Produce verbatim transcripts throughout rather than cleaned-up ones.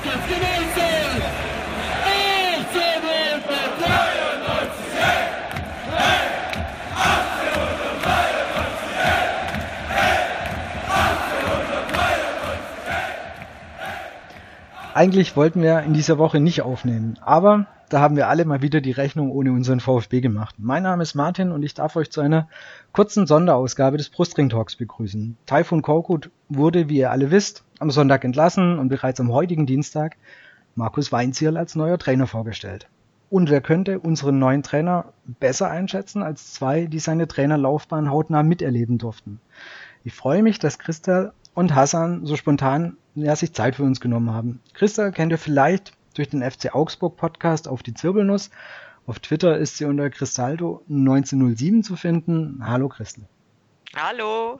Eigentlich wollten wir in dieser Woche nicht aufnehmen, aber da haben wir alle mal wieder die Rechnung ohne unseren VfB gemacht. Mein Name ist Martin und ich darf euch zu einer kurzen Sonderausgabe des Brustring Talks begrüßen. Tayfun Korkut wurde, wie ihr alle wisst, am Sonntag entlassen und bereits am heutigen Dienstag Markus Weinzierl als neuer Trainer vorgestellt. Und wer könnte unseren neuen Trainer besser einschätzen als zwei, die seine Trainerlaufbahn hautnah miterleben durften? Ich freue mich, dass Christel und Hasan so spontan ja, sich Zeit für uns genommen haben. Christel kennt ihr vielleicht durch den F C Augsburg Podcast auf die Zirbelnuss. Auf Twitter ist sie unter Cristaldo neunzehnhundertsieben zu finden. Hallo Christel. Hallo.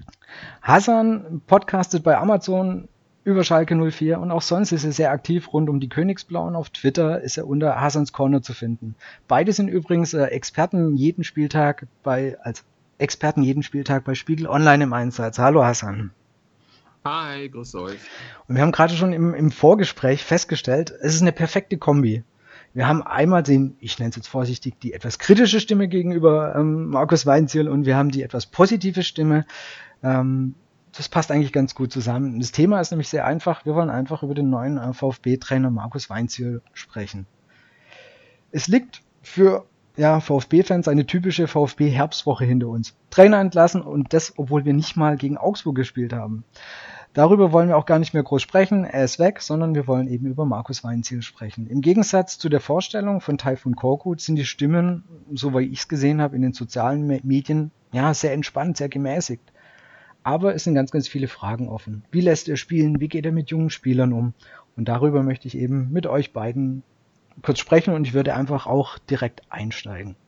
Hasan podcastet bei Amazon über Schalke null vier und auch sonst ist er sehr aktiv rund um die Königsblauen. Auf Twitter ist er unter Hasans Corner zu finden. Beide sind übrigens äh, Experten jeden Spieltag bei als Experten jeden Spieltag bei Spiegel Online im Einsatz. Hallo Hasan. Hi, grüß euch. Und wir haben gerade schon im, im Vorgespräch festgestellt, es ist eine perfekte Kombi. Wir haben einmal den, ich nenne es jetzt vorsichtig, die etwas kritische Stimme gegenüber ähm, Markus Weinzierl und wir haben die etwas positive Stimme. Ähm, das passt eigentlich ganz gut zusammen. Das Thema ist nämlich sehr einfach. Wir wollen einfach über den neuen äh, VfB-Trainer Markus Weinzierl sprechen. Es liegt für ja, VfB-Fans eine typische VfB-Herbstwoche hinter uns. Trainer entlassen und das, obwohl wir nicht mal gegen Augsburg gespielt haben. Darüber wollen wir auch gar nicht mehr groß sprechen, er ist weg, sondern wir wollen eben über Markus Weinzierl sprechen. Im Gegensatz zu der Vorstellung von Tayfun Korkut sind die Stimmen, so wie ich es gesehen habe, in den sozialen Medien ja sehr entspannt, sehr gemäßigt. Aber es sind ganz, ganz viele Fragen offen. Wie lässt er spielen? Wie geht er mit jungen Spielern um? Und darüber möchte ich eben mit euch beiden kurz sprechen und ich würde einfach auch direkt einsteigen.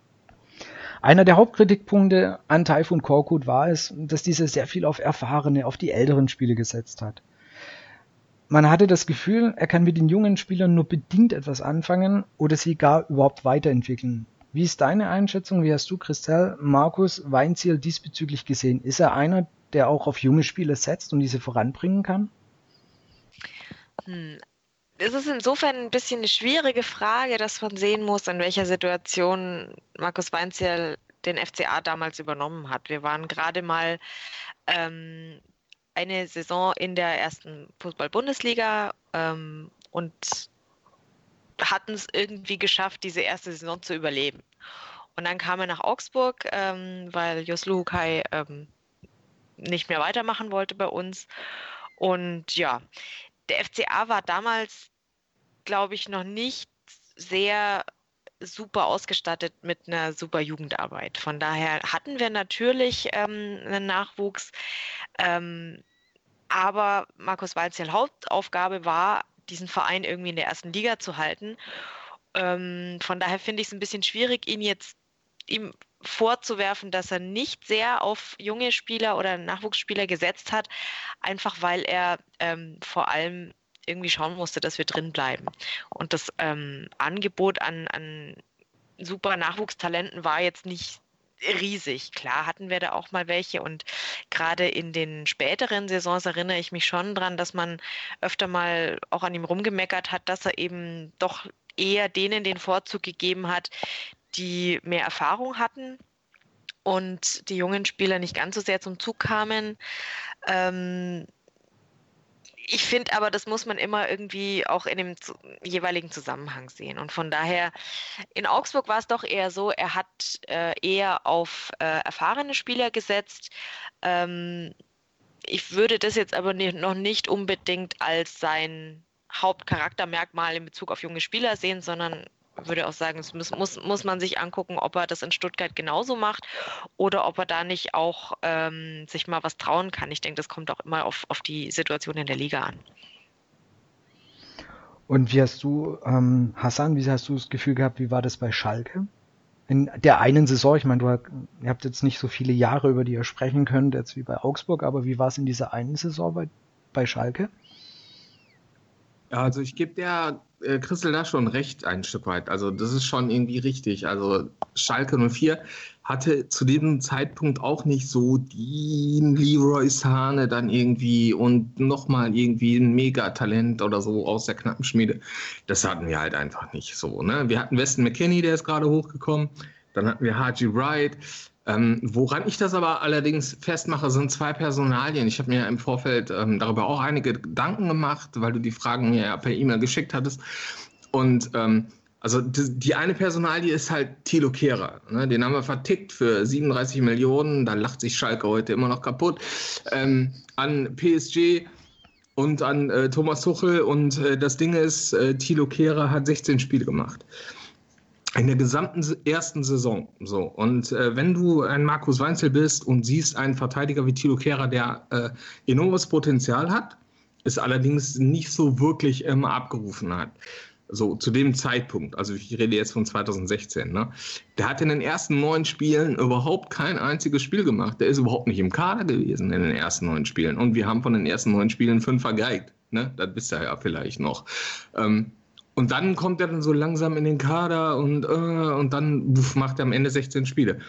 Einer der Hauptkritikpunkte an Tayfun Korkut war es, dass dieser sehr viel auf erfahrene, auf die älteren Spieler gesetzt hat. Man hatte das Gefühl, er kann mit den jungen Spielern nur bedingt etwas anfangen oder sie gar überhaupt weiterentwickeln. Wie ist deine Einschätzung? Wie hast du, Christel, Markus Weinzierl diesbezüglich gesehen? Ist er einer, der auch auf junge Spieler setzt und diese voranbringen kann? Hm. Es ist insofern ein bisschen eine schwierige Frage, dass man sehen muss, in welcher Situation Markus Weinzierl den F C A damals übernommen hat. Wir waren gerade mal ähm, eine Saison in der ersten Fußball-Bundesliga ähm, und hatten es irgendwie geschafft, diese erste Saison zu überleben. Und dann kam er nach Augsburg, ähm, weil Jos Luhukay ähm, nicht mehr weitermachen wollte bei uns. Und ja, der F C A war damals, glaube ich, noch nicht sehr super ausgestattet mit einer super Jugendarbeit. Von daher hatten wir natürlich ähm, einen Nachwuchs, ähm, aber Markus Weinzierl Hauptaufgabe war, diesen Verein irgendwie in der ersten Liga zu halten. Ähm, von daher finde ich es ein bisschen schwierig, ihn jetzt ihm vorzuwerfen, dass er nicht sehr auf junge Spieler oder Nachwuchsspieler gesetzt hat, einfach weil er ähm, vor allem irgendwie schauen musste, dass wir drin bleiben. Und das ähm, Angebot an, an super Nachwuchstalenten war jetzt nicht riesig. Klar hatten wir da auch mal welche und gerade in den späteren Saisons erinnere ich mich schon dran, dass man öfter mal auch an ihm rumgemeckert hat, dass er eben doch eher denen den Vorzug gegeben hat, die mehr Erfahrung hatten und die jungen Spieler nicht ganz so sehr zum Zug kamen. Ähm, ich finde aber, das muss man immer irgendwie auch in dem zu- jeweiligen Zusammenhang sehen. Und von daher, in Augsburg war es doch eher so, er hat äh, eher auf äh, erfahrene Spieler gesetzt. Ähm, ich würde das jetzt aber nicht, noch nicht unbedingt als sein Hauptcharaktermerkmal in Bezug auf junge Spieler sehen, sondern würde auch sagen, es muss, muss, muss man sich angucken, ob er das in Stuttgart genauso macht oder ob er da nicht auch ähm, sich mal was trauen kann. Ich denke, das kommt auch immer auf, auf die Situation in der Liga an. Und wie hast du, ähm, Hasan, wie hast du das Gefühl gehabt, wie war das bei Schalke? In der einen Saison, ich meine, du hast, ihr habt jetzt nicht so viele Jahre, über die ihr sprechen könnt, jetzt wie bei Augsburg, aber wie war es in dieser einen Saison bei, bei Schalke? Ja, also ich gebe der äh, Christel da schon recht ein Stück weit. Also das ist schon irgendwie richtig. Also Schalke null vier hatte zu diesem Zeitpunkt auch nicht so den Leroy Sane dann irgendwie und nochmal irgendwie ein Megatalent oder so aus der Knappenschmiede. Das hatten wir halt einfach nicht so. Ne? Wir hatten Weston McKennie, der ist gerade hochgekommen. Dann hatten wir Haji Wright. Ähm, woran ich das aber allerdings festmache, sind zwei Personalien. Ich habe mir im Vorfeld ähm, darüber auch einige Gedanken gemacht, weil du die Fragen mir ja per E-Mail geschickt hattest. Und ähm, also die, die eine Personalie ist halt Thilo Kehrer. Ne? Den haben wir vertickt für siebenunddreißig Millionen. Da lacht sich Schalke heute immer noch kaputt. Ähm, an P S G und an äh, Thomas Tuchel. Und äh, das Ding ist, äh, Thilo Kehrer hat sechzehn Spiele gemacht. In der gesamten ersten Saison. So. Und äh, wenn du ein Markus Weinzierl bist und siehst einen Verteidiger wie Thilo Kehrer, der äh, enormes Potenzial hat, es allerdings nicht so wirklich immer abgerufen hat. So, zu dem Zeitpunkt, also ich rede jetzt von zweitausendsechzehn, ne? Der hat in den ersten neun Spielen überhaupt kein einziges Spiel gemacht. Der ist überhaupt nicht im Kader gewesen in den ersten neun Spielen. Und wir haben von den ersten neun Spielen fünf vergeigt. Ne? Das wisst ihr ja vielleicht noch. Ähm, Und dann kommt er dann so langsam in den Kader und, äh, und dann buff, macht er am Ende sechzehn Spiele.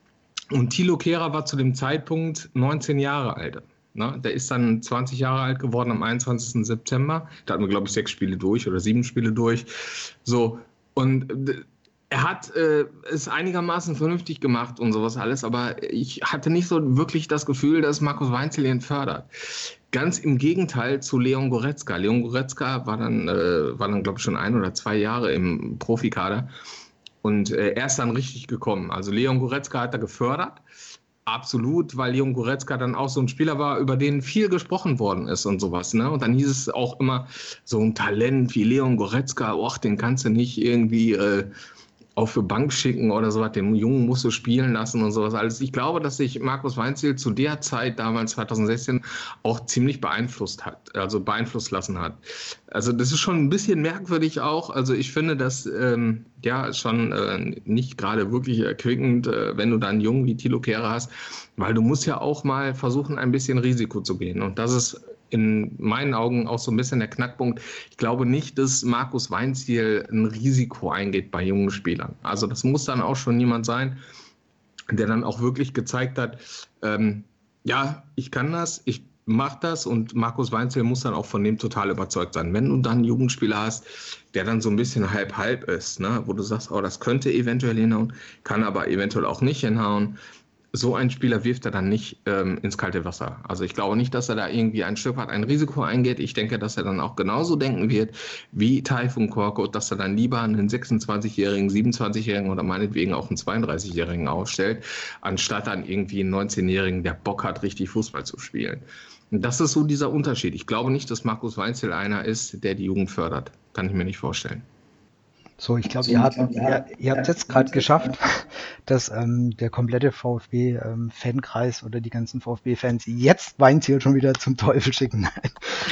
Und Thilo Kehrer war zu dem Zeitpunkt neunzehn Jahre alt. Ne? Der ist dann zwanzig Jahre alt geworden am einundzwanzigsten September. Da hatten wir, glaube ich, sechs Spiele durch oder sieben Spiele durch. So, und er hat äh, es einigermaßen vernünftig gemacht und sowas alles, aber ich hatte nicht so wirklich das Gefühl, dass Markus Weinzierl ihn fördert. Ganz im Gegenteil zu Leon Goretzka. Leon Goretzka war dann, äh, war dann glaube ich, schon ein oder zwei Jahre im Profikader und äh, er ist dann richtig gekommen. Also Leon Goretzka hat er gefördert, absolut, weil Leon Goretzka dann auch so ein Spieler war, über den viel gesprochen worden ist und sowas. Ne? Und dann hieß es auch immer, so ein Talent wie Leon Goretzka, och, den kannst du nicht irgendwie... Äh, auch für Bank schicken oder sowas, den Jungen musst du spielen lassen und sowas alles. Ich glaube, dass sich Markus Weinzierl zu der Zeit, damals zweitausendsechzehn, auch ziemlich beeinflusst hat, also beeinflusst lassen hat. Also das ist schon ein bisschen merkwürdig auch. Also ich finde das ähm, ja schon äh, nicht gerade wirklich erquickend, äh, wenn du da einen Jungen wie Thilo Kehrer hast, weil du musst ja auch mal versuchen, ein bisschen Risiko zu gehen. Und das ist in meinen Augen auch so ein bisschen der Knackpunkt. Ich glaube nicht, dass Markus Weinzierl ein Risiko eingeht bei jungen Spielern. Also das muss dann auch schon jemand sein, der dann auch wirklich gezeigt hat, ähm, ja, ich kann das, ich mache das und Markus Weinzierl muss dann auch von dem total überzeugt sein. Wenn du dann einen Jugendspieler hast, der dann so ein bisschen halb-halb ist, ne, wo du sagst, oh, das könnte eventuell hinhauen, kann aber eventuell auch nicht hinhauen, so ein Spieler wirft er dann nicht ähm, ins kalte Wasser. Also ich glaube nicht, dass er da irgendwie ein Stück weit ein Risiko eingeht. Ich denke, dass er dann auch genauso denken wird wie Tayfun Korkut, dass er dann lieber einen sechsundzwanzigjährigen, siebenundzwanzigjährigen oder meinetwegen auch einen zweiunddreißigjährigen aufstellt, anstatt dann irgendwie einen neunzehnjährigen, der Bock hat, richtig Fußball zu spielen. Und das ist so dieser Unterschied. Ich glaube nicht, dass Markus Weinzierl einer ist, der die Jugend fördert. Kann ich mir nicht vorstellen. So, ich glaube, ihr habt ihr, ihr habt jetzt gerade geschafft, dass ähm, der komplette VfB-Fankreis ähm, oder die ganzen VfB-Fans jetzt Weinzierl schon wieder zum Teufel schicken. Nein.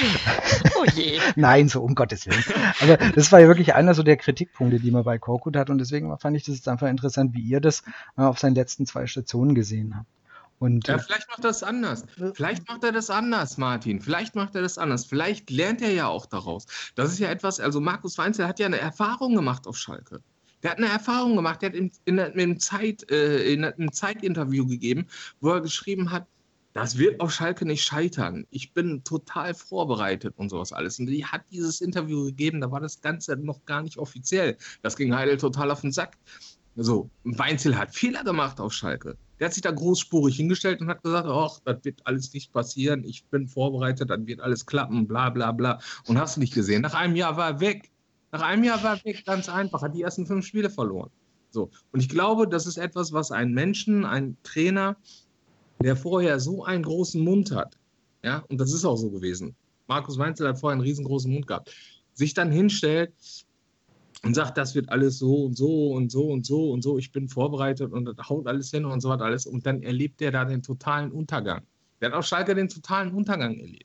Oh je. Nein, so um Gottes Willen. Aber das war ja wirklich einer so der Kritikpunkte, die man bei Korkut hat und deswegen fand ich das jetzt einfach interessant, wie ihr das äh, auf seinen letzten zwei Stationen gesehen habt. Und, ja, vielleicht macht er das anders. Vielleicht macht er das anders, Martin. Vielleicht macht er das anders. Vielleicht lernt er ja auch daraus. Das ist ja etwas, also Markus Weinzierl hat ja eine Erfahrung gemacht auf Schalke. Der hat eine Erfahrung gemacht, der hat in, in, in, einem, Zeit, äh, in einem Zeitinterview gegeben, wo er geschrieben hat, das wird auf Schalke nicht scheitern. Ich bin total vorbereitet und sowas alles. Und die hat dieses Interview gegeben, da war das Ganze noch gar nicht offiziell. Das ging Heidel total auf den Sack. So, Weinzierl hat Fehler gemacht auf Schalke. Der hat sich da großspurig hingestellt und hat gesagt, ach, das wird alles nicht passieren, ich bin vorbereitet, dann wird alles klappen, bla bla bla. Und hast du nicht gesehen, nach einem Jahr war er weg. Nach einem Jahr war er weg, ganz einfach, hat die ersten fünf Spiele verloren. So. Und ich glaube, das ist etwas, was ein Menschen, ein Trainer, der vorher so einen großen Mund hat, ja, und das ist auch so gewesen. Markus Weinzierl hat vorher einen riesengroßen Mund gehabt, sich dann hinstellt und sagt, das wird alles so und so und so und so und so, ich bin vorbereitet und das haut alles hin und so was alles. Und dann erlebt er da den totalen Untergang. Der hat auf Schalke den totalen Untergang erlebt.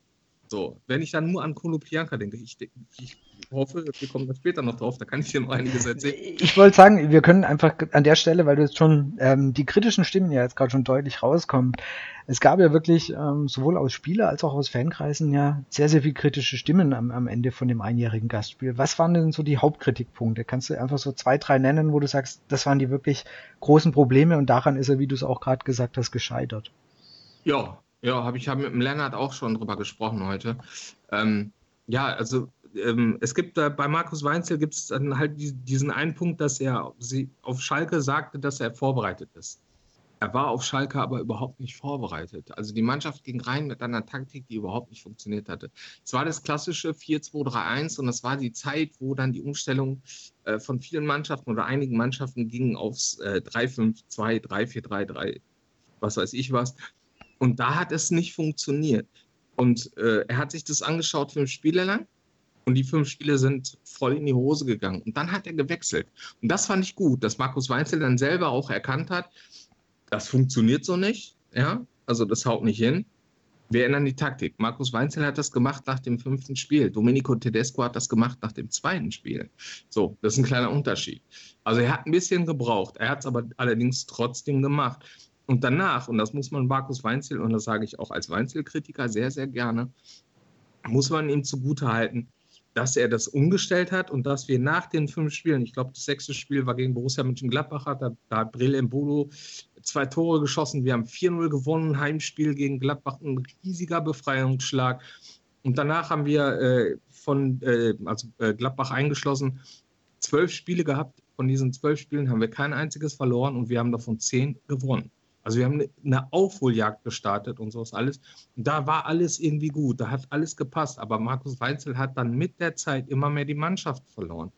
So, wenn ich dann nur an Konoplyanka denke, ich, ich hoffe, wir kommen da später noch drauf, da kann ich dir noch einiges erzählen. Ich wollte sagen, wir können einfach an der Stelle, weil du jetzt schon ähm, die kritischen Stimmen ja jetzt gerade schon deutlich rauskommen. Es gab ja wirklich ähm, sowohl aus Spieler- als auch aus Fankreisen ja sehr, sehr viel kritische Stimmen am, am Ende von dem einjährigen Gastspiel. Was waren denn so die Hauptkritikpunkte? Kannst du einfach so zwei, drei nennen, wo du sagst, das waren die wirklich großen Probleme und daran ist er, wie du es auch gerade gesagt hast, gescheitert? Ja, ja, habe ich hab mit dem Lennart auch schon drüber gesprochen heute. Ähm, ja, also ähm, es gibt äh, bei Markus Weinzierl gibt es dann halt die, diesen einen Punkt, dass er sie auf Schalke sagte, dass er vorbereitet ist. Er war auf Schalke aber überhaupt nicht vorbereitet. Also die Mannschaft ging rein mit einer Taktik, die überhaupt nicht funktioniert hatte. Es war das klassische vier zwei drei eins und es war die Zeit, wo dann die Umstellung äh, von vielen Mannschaften oder einigen Mannschaften ging aufs äh, drei fünf zwei, drei vier drei drei, was weiß ich was. Und da hat es nicht funktioniert. Und äh, er hat sich das angeschaut fünf Spiele lang und die fünf Spiele sind voll in die Hose gegangen. Und dann hat er gewechselt. Und das fand ich gut, dass Markus Weinzierl dann selber auch erkannt hat, das funktioniert so nicht. Ja? Also das haut nicht hin. Wir ändern die Taktik. Markus Weinzierl hat das gemacht nach dem fünften Spiel. Domenico Tedesco hat das gemacht nach dem zweiten Spiel. So, das ist ein kleiner Unterschied. Also er hat ein bisschen gebraucht. Er hat es aber allerdings trotzdem gemacht. Und danach, und das muss man Markus Weinzierl, und das sage ich auch als Weinzierl-Kritiker sehr, sehr gerne, muss man ihm zugutehalten, dass er das umgestellt hat und dass wir nach den fünf Spielen, ich glaube, das sechste Spiel war gegen Borussia Mönchengladbach, da, da hat Breel Embolo zwei Tore geschossen, wir haben vier null gewonnen, Heimspiel gegen Gladbach, ein riesiger Befreiungsschlag. Und danach haben wir äh, von äh, also äh, Gladbach eingeschlossen, zwölf Spiele gehabt. Von diesen zwölf Spielen haben wir kein einziges verloren und wir haben davon zehn gewonnen. Also wir haben eine Aufholjagd gestartet und sowas alles. Und da war alles irgendwie gut, da hat alles gepasst. Aber Markus Weinzierl hat dann mit der Zeit immer mehr die Mannschaft verloren.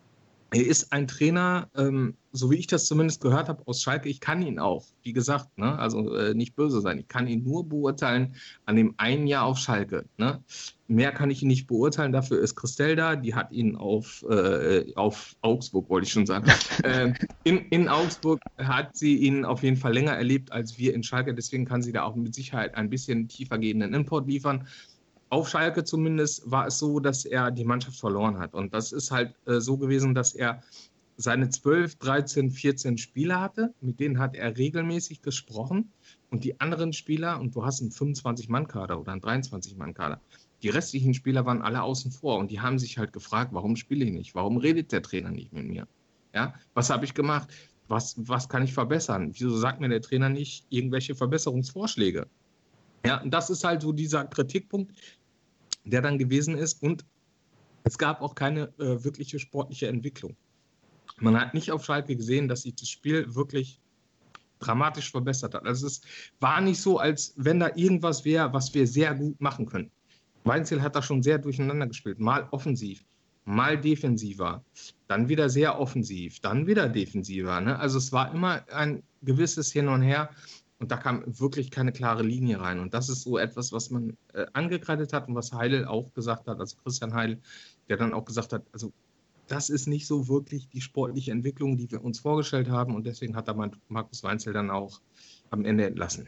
Er ist ein Trainer, ähm, so wie ich das zumindest gehört habe aus Schalke, ich kann ihn auch, wie gesagt, ne? Also äh, nicht böse sein, ich kann ihn nur beurteilen an dem einen Jahr auf Schalke. Ne? Mehr kann ich ihn nicht beurteilen, dafür ist Christel da, die hat ihn auf, äh, auf Augsburg, wollte ich schon sagen. äh, in, in Augsburg hat sie ihn auf jeden Fall länger erlebt als wir in Schalke, deswegen kann sie da auch mit Sicherheit ein bisschen tiefer gehenden Input liefern. Auf Schalke zumindest war es so, dass er die Mannschaft verloren hat. Und das ist halt äh, so gewesen, dass er seine zwölf, dreizehn, vierzehn Spieler hatte. Mit denen hat er regelmäßig gesprochen. Und die anderen Spieler, und du hast einen fünfundzwanzig-Mann-Kader oder einen dreiundzwanzig-Mann-Kader, die restlichen Spieler waren alle außen vor. Und die haben sich halt gefragt, warum spiele ich nicht? Warum redet der Trainer nicht mit mir? Ja, was habe ich gemacht? Was, was kann ich verbessern? Wieso sagt mir der Trainer nicht irgendwelche Verbesserungsvorschläge? Ja, und das ist halt so dieser Kritikpunkt, der dann gewesen ist. Und es gab auch keine äh, wirkliche sportliche Entwicklung. Man hat nicht auf Schalke gesehen, dass sich das Spiel wirklich dramatisch verbessert hat. Also es war nicht so, als wenn da irgendwas wäre, was wir sehr gut machen können. Weinzierl hat da schon sehr durcheinander gespielt. Mal offensiv, mal defensiver, dann wieder sehr offensiv, dann wieder defensiver. Ne? Also es war immer ein gewisses Hin und Her. Und da kam wirklich keine klare Linie rein. Und das ist so etwas, was man äh, angekreidet hat und was Heidel auch gesagt hat, also Christian Heidel, der dann auch gesagt hat, also das ist nicht so wirklich die sportliche Entwicklung, die wir uns vorgestellt haben. Und deswegen hat er Markus Weinzierl dann auch am Ende entlassen.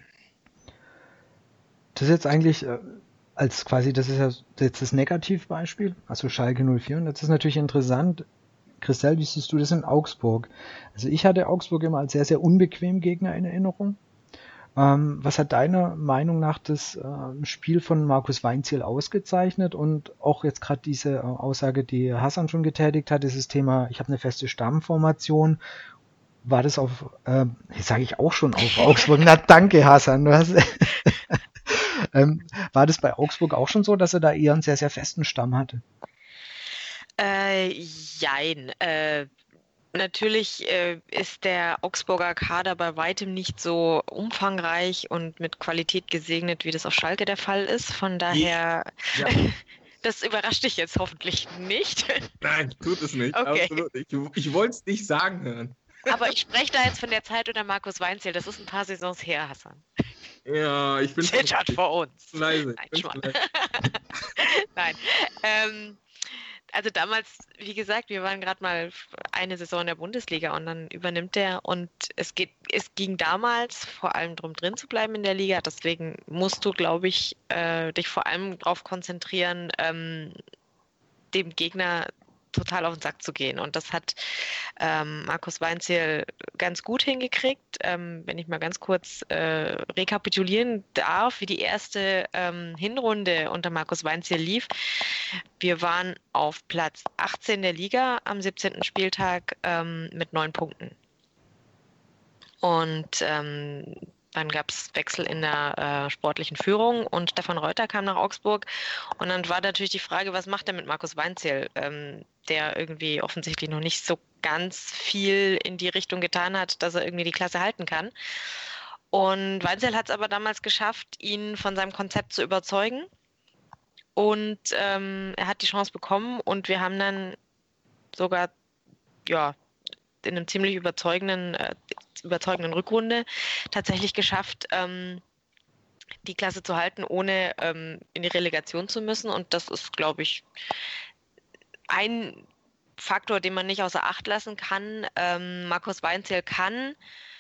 Das ist jetzt eigentlich äh, als quasi, das ist ja jetzt das Negativbeispiel, also Schalke null vier. Und das ist natürlich interessant. Christel, wie siehst du das in Augsburg? Also ich hatte Augsburg immer als sehr, sehr unbequem Gegner in Erinnerung. Ähm, was hat deiner Meinung nach das äh, Spiel von Markus Weinzierl ausgezeichnet und auch jetzt gerade diese äh, Aussage, die Hassan schon getätigt hat, dieses Thema, ich habe eine feste Stammformation, war das auf, äh, jetzt sage ich auch schon auf Augsburg, na danke Hassan, du hast, ähm, war das bei Augsburg auch schon so, dass er da eher einen sehr, sehr festen Stamm hatte? Äh, jein, äh, Natürlich äh, ist der Augsburger Kader bei weitem nicht so umfangreich und mit Qualität gesegnet, wie das auf Schalke der Fall ist. Von daher, ja. Das überrascht dich jetzt hoffentlich nicht. Nein, tut es nicht. Okay. Absolut nicht. Ich, ich wollte es nicht sagen hören. Aber ich spreche da jetzt von der Zeit unter Markus Weinzierl. Das ist ein paar Saisons her, Hassan. Ja, ich bin Zittert vor uns. leise. Nein, Schmarrn. Nein. Ähm, also damals, wie gesagt, wir waren gerade mal eine Saison in der Bundesliga und dann übernimmt er und es geht, es ging damals vor allem darum, drin zu bleiben in der Liga. Deswegen musst du, glaube ich, äh, dich vor allem darauf konzentrieren, ähm, dem Gegner total auf den Sack zu gehen. Und das hat ähm, Markus Weinzierl ganz gut hingekriegt. Ähm, wenn ich mal ganz kurz äh, rekapitulieren darf, wie die erste ähm, Hinrunde unter Markus Weinzierl lief. Wir waren auf Platz achtzehn der Liga am siebzehnten Spieltag ähm, mit neun Punkten. Und ähm, dann gab es Wechsel in der äh, sportlichen Führung und Stefan Reuter kam nach Augsburg. Und dann war natürlich die Frage, was macht er mit Markus Weinzierl, ähm, der irgendwie offensichtlich noch nicht so ganz viel in die Richtung getan hat, dass er irgendwie die Klasse halten kann. Und Weinzierl hat es aber damals geschafft, ihn von seinem Konzept zu überzeugen. Und ähm, er hat die Chance bekommen und wir haben dann sogar, ja, in einem ziemlich überzeugenden, äh, überzeugenden Rückrunde tatsächlich geschafft, ähm, die Klasse zu halten, ohne ähm, in die Relegation zu müssen. Und das ist, glaube ich, ein Faktor, den man nicht außer Acht lassen kann. Ähm, Markus Weinzierl kann,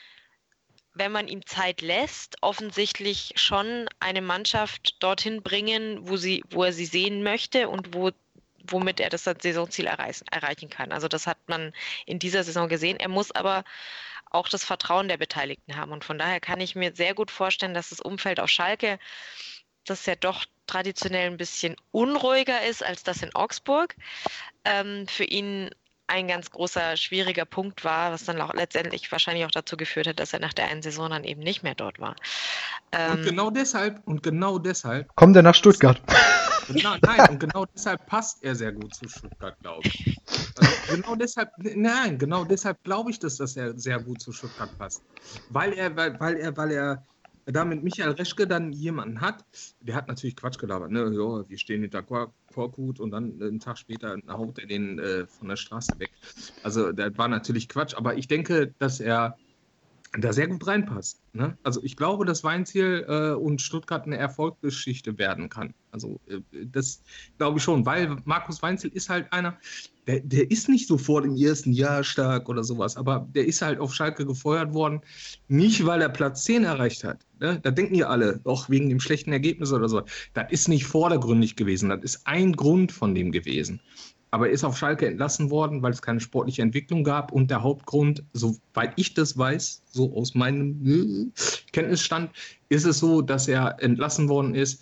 wenn man ihm Zeit lässt, offensichtlich schon eine Mannschaft dorthin bringen, wo, sie, wo er sie sehen möchte und wo womit er das Saisonziel erreichen, erreichen kann. Also das hat man in dieser Saison gesehen. Er muss aber auch das Vertrauen der Beteiligten haben. Und von daher kann ich mir sehr gut vorstellen, dass das Umfeld auf Schalke, das ja doch traditionell ein bisschen unruhiger ist als das in Augsburg, ähm, für ihn ein ganz großer, schwieriger Punkt war, was dann auch letztendlich wahrscheinlich auch dazu geführt hat, dass er nach der einen Saison dann eben nicht mehr dort war. Ähm, und genau deshalb, und genau deshalb... Kommt er nach Stuttgart? Genau, nein, und genau deshalb passt er sehr gut zu Stuttgart, glaube ich. Also genau deshalb, nein, genau deshalb glaube ich, dass, dass er sehr gut zu Stuttgart passt. Weil er, weil, weil er, weil er da mit Michael Reschke dann jemanden hat, der hat natürlich Quatsch gelabert, ne? Ja, wir stehen hinter Korkut und dann einen Tag später haut er den äh, von der Straße weg. Also das war natürlich Quatsch, aber ich denke, dass er da sehr gut reinpasst. Ne? Also ich glaube, dass Weinzierl äh, und Stuttgart eine Erfolgsgeschichte werden kann. Also äh, das glaube ich schon, weil Markus Weinzierl ist halt einer, der, der ist nicht sofort im ersten Jahr stark oder sowas, aber der ist halt auf Schalke gefeuert worden, nicht weil er Platz zehn erreicht hat. Ne? Da denken ja alle, auch wegen dem schlechten Ergebnis oder so. Das ist nicht vordergründig gewesen, das ist ein Grund von dem gewesen. Aber er ist auf Schalke entlassen worden, weil es keine sportliche Entwicklung gab. Und der Hauptgrund, soweit ich das weiß, so aus meinem Kenntnisstand, ist es so, dass er entlassen worden ist,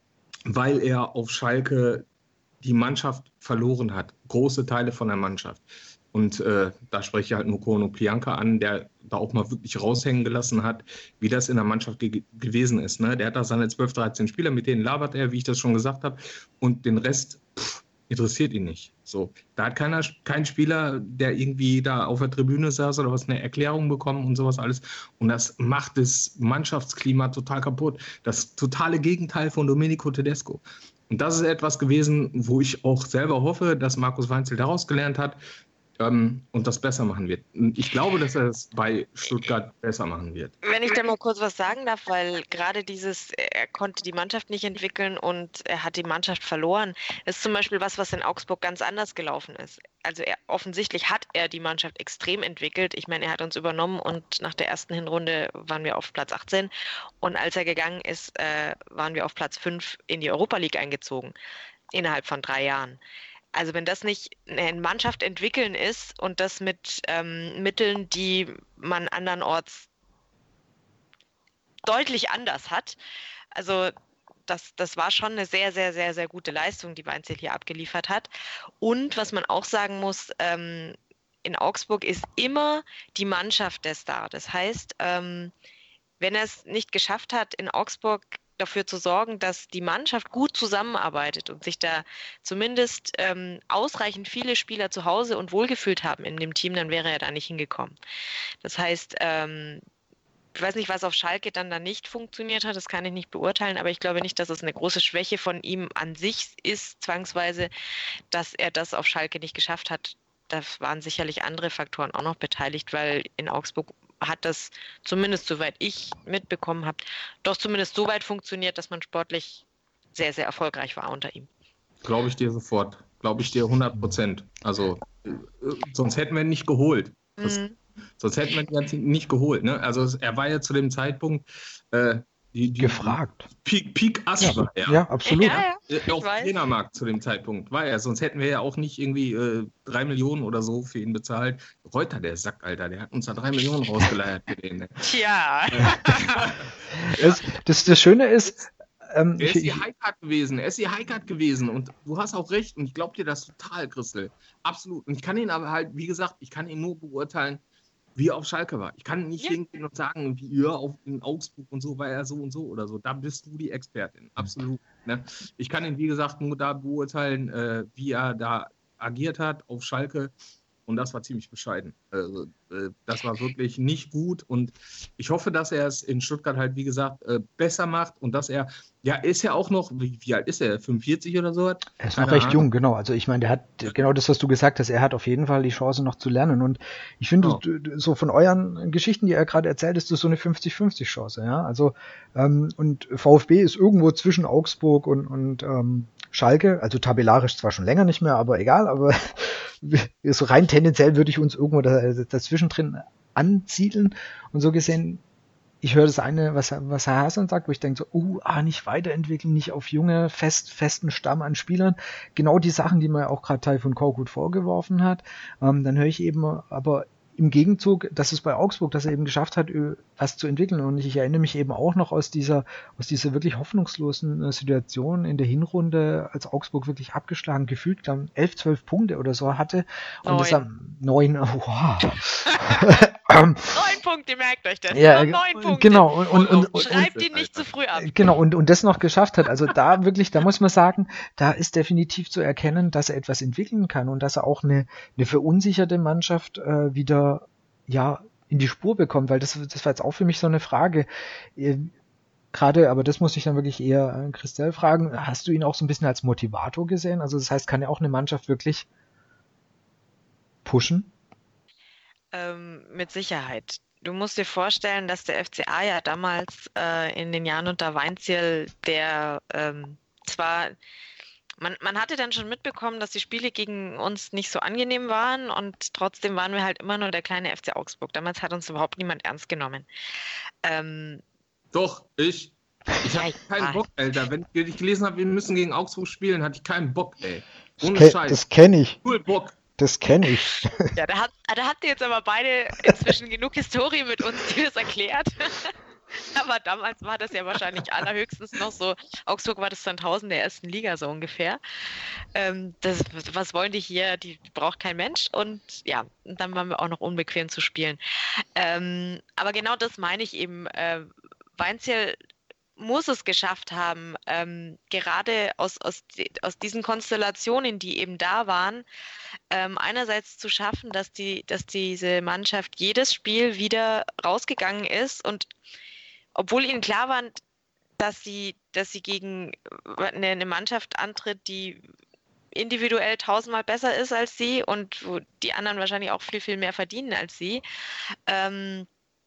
weil er auf Schalke die Mannschaft verloren hat. Große Teile von der Mannschaft. Und äh, da spreche ich halt nur Kono Plianka an, der da auch mal wirklich raushängen gelassen hat, wie das in der Mannschaft ge- gewesen ist. Ne? Der hat da seine zwölf, dreizehn Spieler, mit denen labert er, wie ich das schon gesagt habe. Und den Rest... Pff, interessiert ihn nicht. So, da hat keiner, kein Spieler, der irgendwie da auf der Tribüne saß oder was, eine Erklärung bekommen und sowas alles. Und das macht das Mannschaftsklima total kaputt. Das totale Gegenteil von Domenico Tedesco. Und das ist etwas gewesen, wo ich auch selber hoffe, dass Markus Weinzierl daraus gelernt hat ähm, und das besser machen wird. Ich glaube, dass er es bei Stuttgart besser machen wird. Wenn ich da mal kurz was sagen darf, weil gerade dieses, er konnte die Mannschaft nicht entwickeln und er hat die Mannschaft verloren, ist zum Beispiel was, was in Augsburg ganz anders gelaufen ist. Also er, offensichtlich hat er die Mannschaft extrem entwickelt. Ich meine, er hat uns übernommen und nach der ersten Hinrunde waren wir auf Platz achtzehn und als er gegangen ist, äh, waren wir auf Platz fünf in die Europa League eingezogen, innerhalb von drei Jahren. Also wenn das nicht eine Mannschaft entwickeln ist und das mit ähm, Mitteln, die man andernorts deutlich anders hat, also das, das war schon eine sehr, sehr, sehr, sehr gute Leistung, die Weinzierl hier abgeliefert hat. Und was man auch sagen muss, ähm, in Augsburg ist immer die Mannschaft der Star. Das heißt, ähm, wenn er es nicht geschafft hat, in Augsburg dafür zu sorgen, dass die Mannschaft gut zusammenarbeitet und sich da zumindest ähm, ausreichend viele Spieler zu Hause und wohlgefühlt haben in dem Team, dann wäre er da nicht hingekommen. Das heißt, ähm, ich weiß nicht, was auf Schalke dann da nicht funktioniert hat, das kann ich nicht beurteilen, aber ich glaube nicht, dass es eine große Schwäche von ihm an sich ist, zwangsweise, dass er das auf Schalke nicht geschafft hat. Da waren sicherlich andere Faktoren auch noch beteiligt, weil in Augsburg hat das zumindest, soweit ich mitbekommen habe, doch zumindest so weit funktioniert, dass man sportlich sehr, sehr erfolgreich war unter ihm. Glaube ich dir sofort. glaube ich dir hundert Prozent. Also, äh, sonst hätten wir ihn nicht geholt. Das, Mhm. Sonst hätten wir ihn nicht geholt. Ne? Also, er war ja zu dem Zeitpunkt äh, die, die, gefragt. Peak, Peak Ass Ja, war er. ja, absolut. Ja, ja. Äh, Auf weiß. dem Trainermarkt zu dem Zeitpunkt war er. Sonst hätten wir ja auch nicht irgendwie äh, drei Millionen oder so für ihn bezahlt. Reuter, der Sack, Alter, der hat uns da drei Millionen rausgeleiert für den. Ne? Tja. Das, das, das Schöne ist, ähm, Er ich, ist die ich, Highcard gewesen, er ist die Highcard gewesen und du hast auch recht und ich glaube dir das total, Christel. Absolut. Und ich kann ihn aber halt, wie gesagt, ich kann ihn nur beurteilen, wie er auf Schalke war. Ich kann nicht Ja. hingehen und sagen, wie er auf in Augsburg und so war er so und so oder so. Da bist du die Expertin. Absolut. Ne? Ich kann ihn, wie gesagt, nur da beurteilen, äh, wie er da agiert hat auf Schalke. Und das war ziemlich bescheiden. Also, äh, das war wirklich nicht gut. Und ich hoffe, dass er es in Stuttgart halt, wie gesagt, äh, besser macht. Und dass er, ja, ist ja auch noch, wie, wie alt ist er? fünfundvierzig oder so? er ist Keine noch recht Ahnung. jung, genau. Also ich meine, der hat genau das, was du gesagt hast, er hat auf jeden Fall die Chance noch zu lernen. Und ich finde, Ja. du- du- so von euren Geschichten, die er gerade erzählt, ist das so eine fünfzig fünfzig Chance, ja. Also ähm, und VfB ist irgendwo zwischen Augsburg und, und ähm, Schalke, also tabellarisch zwar schon länger nicht mehr, aber egal, aber so rein tendenziell würde ich uns irgendwo da, dazwischen drin ansiedeln. Und so gesehen, ich höre das eine, was, was Herr Hasan sagt, wo ich denke so, uh, ah, nicht weiterentwickeln, nicht auf junge, fest, festen Stamm an Spielern. Genau die Sachen, die man ja auch gerade Taifun Korkut vorgeworfen hat. Ähm, dann höre ich eben aber im Gegenzug, dass es bei Augsburg, dass er eben geschafft hat, ö- was zu entwickeln. Und ich erinnere mich eben auch noch aus dieser, aus dieser wirklich hoffnungslosen äh, Situation in der Hinrunde, als Augsburg wirklich abgeschlagen gefühlt, dann elf, zwölf Punkte oder so hatte. Und das Neun. am neun, wow. Ähm, Neun Punkte, merkt euch das. ja, Nur neun Punkte. genau. Und, und, und, und, Schreibt ihn nicht zu früh ab. Genau, und, und das noch geschafft hat. Also da wirklich, da muss man sagen, da ist definitiv zu erkennen, dass er etwas entwickeln kann und dass er auch eine, eine verunsicherte Mannschaft äh, wieder ja in die Spur bekommt, weil das, das war jetzt auch für mich so eine Frage. Äh, Gerade, aber das muss ich dann wirklich eher äh, Christelle fragen, hast du ihn auch so ein bisschen als Motivator gesehen? Also das heißt, kann er auch eine Mannschaft wirklich pushen? Ähm, mit Sicherheit. Du musst dir vorstellen, dass der F C A ja damals äh, in den Jahren unter Weinzierl, der ähm, zwar, man, man hatte dann schon mitbekommen, dass die Spiele gegen uns nicht so angenehm waren und trotzdem waren wir halt immer nur der kleine F C Augsburg. Damals hat uns überhaupt niemand ernst genommen. Ähm, Doch, ich. Ich Ja, hatte keinen ja. Bock, Alter. Wenn ich gelesen habe, wir müssen gegen Augsburg spielen, hatte ich keinen Bock, ey. Ohne Das, ke- Scheiß. das kenne ich. Null Bock. Das kenne ich. ja, da, hat, da habt ihr jetzt aber beide inzwischen genug Historie mit uns, die das erklärt. Aber damals war das ja wahrscheinlich allerhöchstens noch so. Augsburg war das Sandhausen der ersten Liga so ungefähr. Ähm, das, was wollen die hier? Die braucht kein Mensch. Und ja, und dann waren wir auch noch unbequem zu spielen. Ähm, aber genau das meine ich eben. Äh, Weinzierl muss es geschafft haben, ähm, gerade aus, aus, aus diesen Konstellationen, die eben da waren, ähm, einerseits zu schaffen, dass, die, dass diese Mannschaft jedes Spiel wieder rausgegangen ist und obwohl ihnen klar war, dass sie, dass sie gegen eine, eine Mannschaft antritt, die individuell tausendmal besser ist als sie und wo die anderen wahrscheinlich auch viel, viel mehr verdienen als sie, ähm,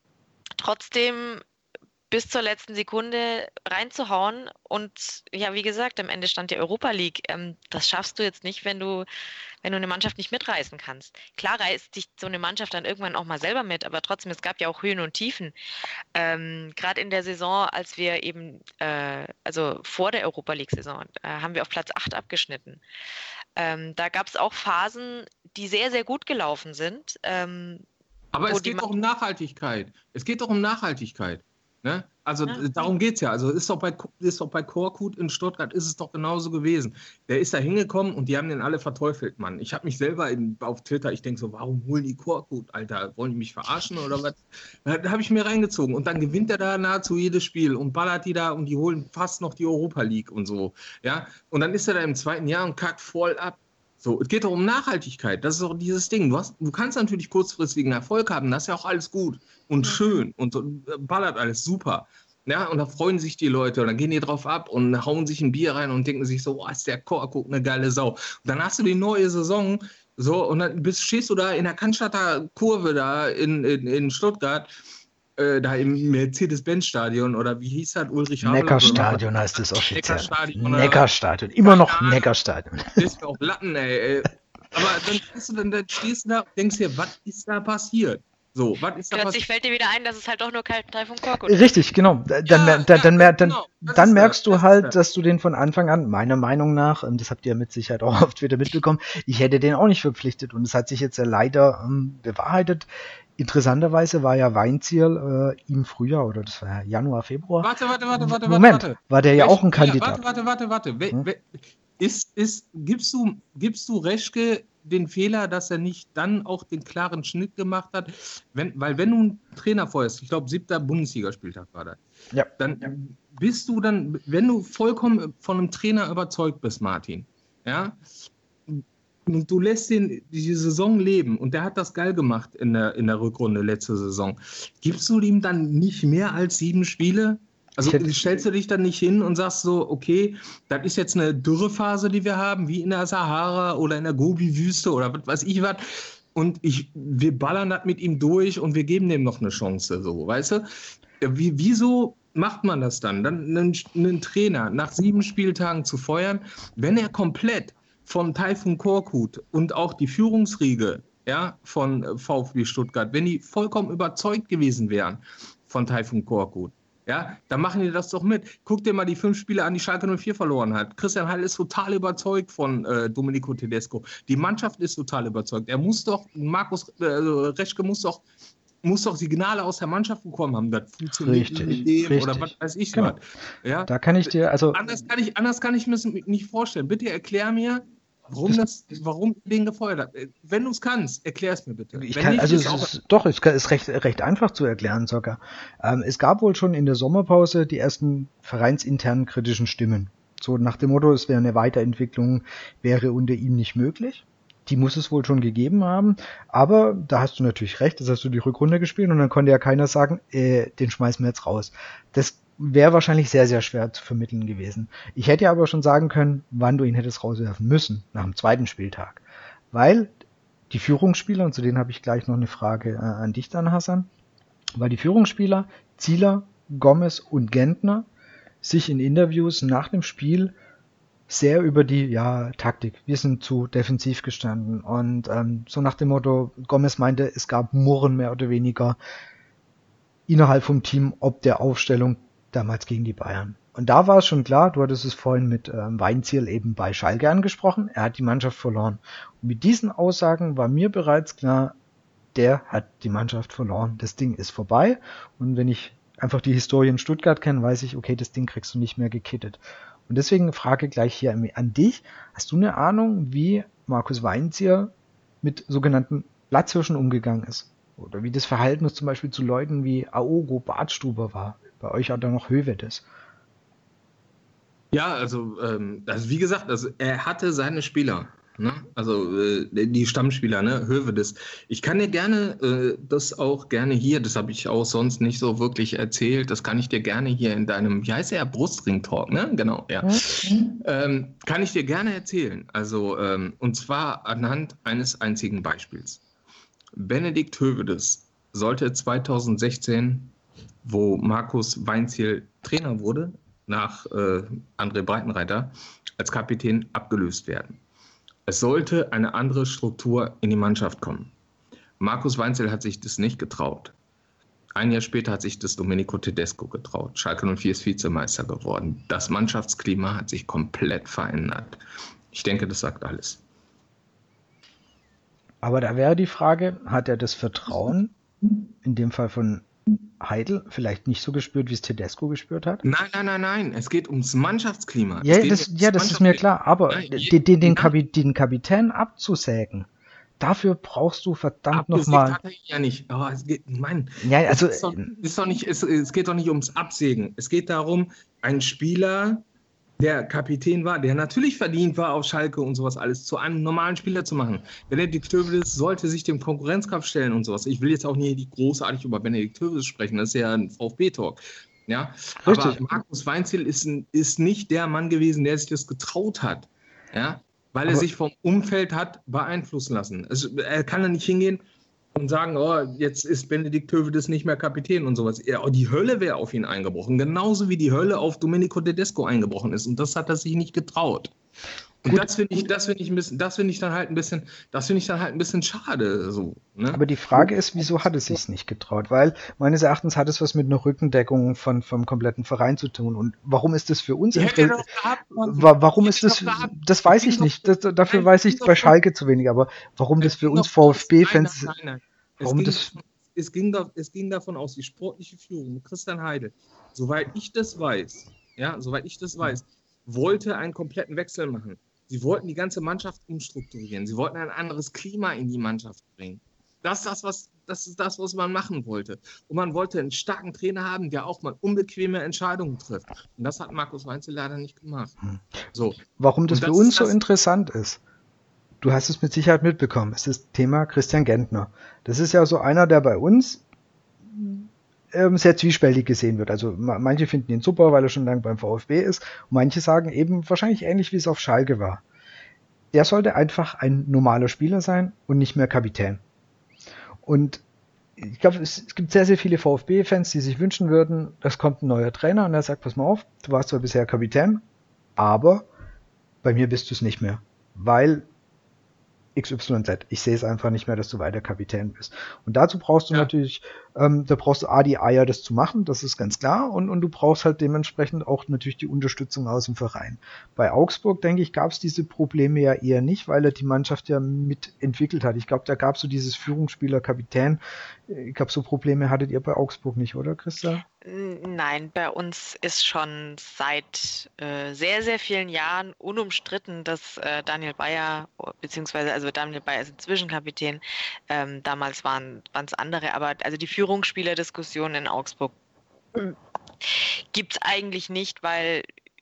trotzdem bis zur letzten Sekunde reinzuhauen und ja, wie gesagt, am Ende stand die Europa League. Ähm, das schaffst du jetzt nicht, wenn du, wenn du eine Mannschaft nicht mitreißen kannst. Klar reißt dich so eine Mannschaft dann irgendwann auch mal selber mit, aber trotzdem, es gab ja auch Höhen und Tiefen. Ähm, gerade in der Saison, als wir eben, äh, also vor der Europa League-Saison, äh, haben wir auf Platz acht abgeschnitten. Ähm, da gab es auch Phasen, die sehr, sehr gut gelaufen sind. Ähm, Aber wo es die geht Ma- doch um Nachhaltigkeit. Es geht doch um Nachhaltigkeit. Ne? Also Ja. d- darum geht es ja. Also ist doch bei, ist doch bei Korkut in Stuttgart ist es doch genauso gewesen. Der ist da hingekommen und die haben den alle verteufelt, Mann. Ich habe mich selber in, auf Twitter, ich denke so, warum holen die Korkut, Alter? Wollen die mich verarschen oder was? Da, da habe ich mir reingezogen. Und dann gewinnt er da nahezu jedes Spiel und ballert die da und die holen fast noch die Europa League und so. Ja? Und dann ist er da im zweiten Jahr und kackt voll ab. So, es geht doch um Nachhaltigkeit. Das ist doch dieses Ding. Du, hast, du kannst natürlich kurzfristigen Erfolg haben, das ist ja auch alles gut und schön und so, ballert alles super. Ja, und da freuen sich die Leute und dann gehen die drauf ab und hauen sich ein Bier rein und denken sich so, oh, ist der Korkut eine geile Sau. Und dann hast du die neue Saison so und dann bist, stehst du da in der Cannstatter Kurve da in, in, in Stuttgart äh, da im Mercedes-Benz-Stadion oder wie hieß das? Ulrich Havel? Neckarstadion heißt es offiziell. Neckarstadion. Neckarstadion. Immer noch Neckarstadion. Das ist mir auch Latten, ey. Aber dann stehst du, dann, dann stehst du da und denkst dir, was ist da passiert? So, was ist da Plötzlich passiert? fällt dir wieder ein, dass es halt doch nur Taifun Korkut ist. Richtig, genau. Dann, Ja, mer- dann, ja, dann, mer- dann, genau. Das dann ist merkst das, du das ist halt, das. dass du den von Anfang an, meiner Meinung nach, und das habt ihr mit Sicherheit auch oft wieder mitbekommen, ich hätte den auch nicht verpflichtet. Und es hat sich jetzt ja leider ähm, bewahrheitet. Interessanterweise war ja Weinzierl äh, im Frühjahr, oder das war ja Januar, Februar. Warte, warte, warte, warte, Moment, warte. war der ja Welch- auch ein Kandidat. Warte, warte, warte, warte. We- Hm? we- Ist, ist, gibst, du, gibst du Reschke den Fehler, dass er nicht dann auch den klaren Schnitt gemacht hat? Wenn, weil wenn du einen Trainer feuerst, ich glaube siebter Bundesligaspieltag war das, Ja. dann bist du dann, wenn du vollkommen von einem Trainer überzeugt bist, Martin, ja, und du lässt ihn die Saison leben und der hat das geil gemacht in der, in der Rückrunde letzte Saison, gibst du ihm dann nicht mehr als sieben Spiele? Also Ich hätte- stellst du dich dann nicht hin und sagst so, okay, das ist jetzt eine Dürrephase, die wir haben, wie in der Sahara oder in der Gobi-Wüste oder was weiß ich was. Und ich, wir ballern das mit ihm durch und wir geben dem noch eine Chance, so, weißt du? Wie, wieso macht man das dann? Dann einen, einen Trainer nach sieben Spieltagen zu feuern, wenn er komplett von Taifun Korkut und auch die Führungsriege, ja, von äh, VfB Stuttgart, wenn die vollkommen überzeugt gewesen wären von Taifun Korkut, ja, dann machen die das doch mit. Guck dir mal die fünf Spiele an, die Schalke null vier verloren hat. Christian Heil ist total überzeugt von äh, Domenico Tedesco. Die Mannschaft ist total überzeugt. Er muss doch, Markus äh, Reschke muss doch, muss doch Signale aus der Mannschaft bekommen haben. Das funktioniert Richtig, mit dem richtig. oder was weiß ich Genau. was. Ja? Da kann ich dir, also Anders kann ich, anders kann ich mir das nicht vorstellen. Bitte erklär mir, warum, das, warum ihr den gefeuert habt. Wenn du es kannst, erklär es mir bitte. Ich Wenn kann, nicht, also ist es auch- ist, doch, es ist recht, recht einfach zu erklären sogar. Ähm, es gab wohl schon in der Sommerpause die ersten vereinsinternen kritischen Stimmen. So nach dem Motto, es wäre eine Weiterentwicklung, wäre unter ihm nicht möglich. Die muss es wohl schon gegeben haben. Aber da hast du natürlich recht, das hast du die Rückrunde gespielt und dann konnte ja keiner sagen, äh, den schmeißen wir jetzt raus. Das wäre wahrscheinlich sehr, sehr schwer zu vermitteln gewesen. Ich hätte ja aber schon sagen können, wann du ihn hättest rauswerfen müssen, nach dem zweiten Spieltag. Weil die Führungsspieler, und zu denen habe ich gleich noch eine Frage äh, an dich dann, Hassan, weil die Führungsspieler, Zieler, Gomez und Gentner, sich in Interviews nach dem Spiel sehr über die ja, Taktik, wir sind zu defensiv gestanden und ähm, so nach dem Motto, Gomez meinte, es gab Murren mehr oder weniger innerhalb vom Team, ob der Aufstellung damals gegen die Bayern. Und da war es schon klar, du hattest es vorhin mit ähm, Weinzierl eben bei Schalke angesprochen, er hat die Mannschaft verloren. Und mit diesen Aussagen war mir bereits klar, der hat die Mannschaft verloren. Das Ding ist vorbei. Und wenn ich einfach die Historie in Stuttgart kenne, weiß ich, okay, das Ding kriegst du nicht mehr gekittet. Und deswegen Frage gleich hier an dich. Hast du eine Ahnung, wie Markus Weinzierl mit sogenannten Platzhirschen umgegangen ist? Oder wie das Verhältnis zum Beispiel zu Leuten wie Aogo, Bartstuber war? Bei euch hat da noch Höwedes. Ja, also, ähm, also wie gesagt, also er hatte seine Spieler, ne? Also äh, die Stammspieler, ne? Hövedes. Ich kann dir gerne äh, das auch gerne hier, das habe ich auch sonst nicht so wirklich erzählt, das kann ich dir gerne hier in deinem, wie heißt der, Brustring-Talk, ne? Genau, ja. Mhm. Ähm, kann ich dir gerne erzählen. Also, ähm, und zwar anhand eines einzigen Beispiels. Benedikt Hövedes sollte zweitausendsechzehn, wo Markus Weinzierl Trainer wurde, nach äh, André Breitenreiter als Kapitän abgelöst werden. Es sollte eine andere Struktur in die Mannschaft kommen. Markus Weinzierl hat sich das nicht getraut. Ein Jahr später hat sich das Domenico Tedesco getraut. Schalke null vier ist Vizemeister geworden. Das Mannschaftsklima hat sich komplett verändert. Ich denke, das sagt alles. Aber da wäre die Frage, hat er das Vertrauen, in dem Fall von Heidel, vielleicht nicht so gespürt, wie es Tedesco gespürt hat? Nein, nein, nein, nein. Es geht ums Mannschaftsklima. Ja, es geht das, ums ja, das ist mir klar. Aber nein, den, den, den, ja. Kapi, den Kapitän abzusägen, dafür brauchst du verdammt Abgesägt nochmal. hat er ihn ja nicht. Oh, es geht, mein, Ja, also, es, ist doch, ist doch nicht, es, es geht doch nicht ums Absägen. Es geht darum, ein Spieler, der Kapitän war, der natürlich verdient war auf Schalke und sowas alles, zu einem normalen Spieler zu machen. Benedikt Hövedes sollte sich dem Konkurrenzkampf stellen und sowas. Ich will jetzt auch nie großartig über Benedikt Hövedes sprechen, das ist ja ein VfB-Talk. Ja? Aber Richtig. Markus Weinzierl ist, ein, ist nicht der Mann gewesen, der sich das getraut hat. Ja? Weil er Aber- sich vom Umfeld hat beeinflussen lassen. Es, er kann da nicht hingehen und sagen, oh, jetzt ist Benedikt Hövedes nicht mehr Kapitän und sowas. Ja, die Hölle wäre auf ihn eingebrochen, genauso wie die Hölle auf Domenico Tedesco eingebrochen ist. Und das hat er sich nicht getraut. Und Gut. das finde ich, das finde ich ein bisschen, das finde ich dann halt ein bisschen, das finde ich dann halt ein bisschen schade. So, ne? Aber die Frage ist, wieso hat es sich nicht getraut? Weil meines Erachtens hat es was mit einer Rückendeckung von vom kompletten Verein zu tun. Und warum ist das für uns interessant? Warum ist das? Das weiß ich nicht. Das, dafür nein, weiß ich bei Schalke zu wenig. Aber warum das für uns VfB-Fans? Nein, nein, nein. Warum es, das? Ging, es, ging da, es ging davon aus, die sportliche Führung mit Christian Heidel, soweit ich das weiß, ja, soweit ich das weiß, wollte einen kompletten Wechsel machen. Sie wollten die ganze Mannschaft umstrukturieren. Sie wollten ein anderes Klima in die Mannschaft bringen. Das ist das, was, das ist das, was man machen wollte. Und man wollte einen starken Trainer haben, der auch mal unbequeme Entscheidungen trifft. Und das hat Markus Weinzel leider nicht gemacht. So. Warum das, das für uns so interessant ist, du hast es mit Sicherheit mitbekommen, es ist das Thema Christian Gentner. Das ist ja so einer, der bei uns ähm, sehr zwiespältig gesehen wird. Also manche finden ihn super, weil er schon lange beim VfB ist. Und manche sagen eben wahrscheinlich ähnlich, wie es auf Schalke war. Der sollte einfach ein normaler Spieler sein und nicht mehr Kapitän. Und ich glaube, es, es gibt sehr, sehr viele VfB-Fans, die sich wünschen würden, es kommt ein neuer Trainer und er sagt, pass mal auf, du warst zwar bisher Kapitän, aber bei mir bist du es nicht mehr. Weil X Y Z. Ich sehe es einfach nicht mehr, dass du weiter Kapitän bist. Und dazu brauchst du ja. natürlich, ähm, da brauchst du A, die Eier, das zu machen, das ist ganz klar. Und, und du brauchst halt dementsprechend auch natürlich die Unterstützung aus dem Verein. Bei Augsburg, denke ich, gab es diese Probleme ja eher nicht, weil er die Mannschaft ja mitentwickelt hat. Ich glaube, da gab es so dieses Führungsspieler, Kapitän. Ich glaube, so Probleme hattet ihr bei Augsburg nicht, oder, Christa? Nein, bei uns ist schon seit äh, sehr, sehr vielen Jahren unumstritten, dass äh, Daniel Bayer, beziehungsweise also Daniel Bayer ist inzwischen Kapitän, ähm, damals waren es andere, aber also die Führungsspieler-Diskussion in Augsburg gibt es eigentlich nicht, weil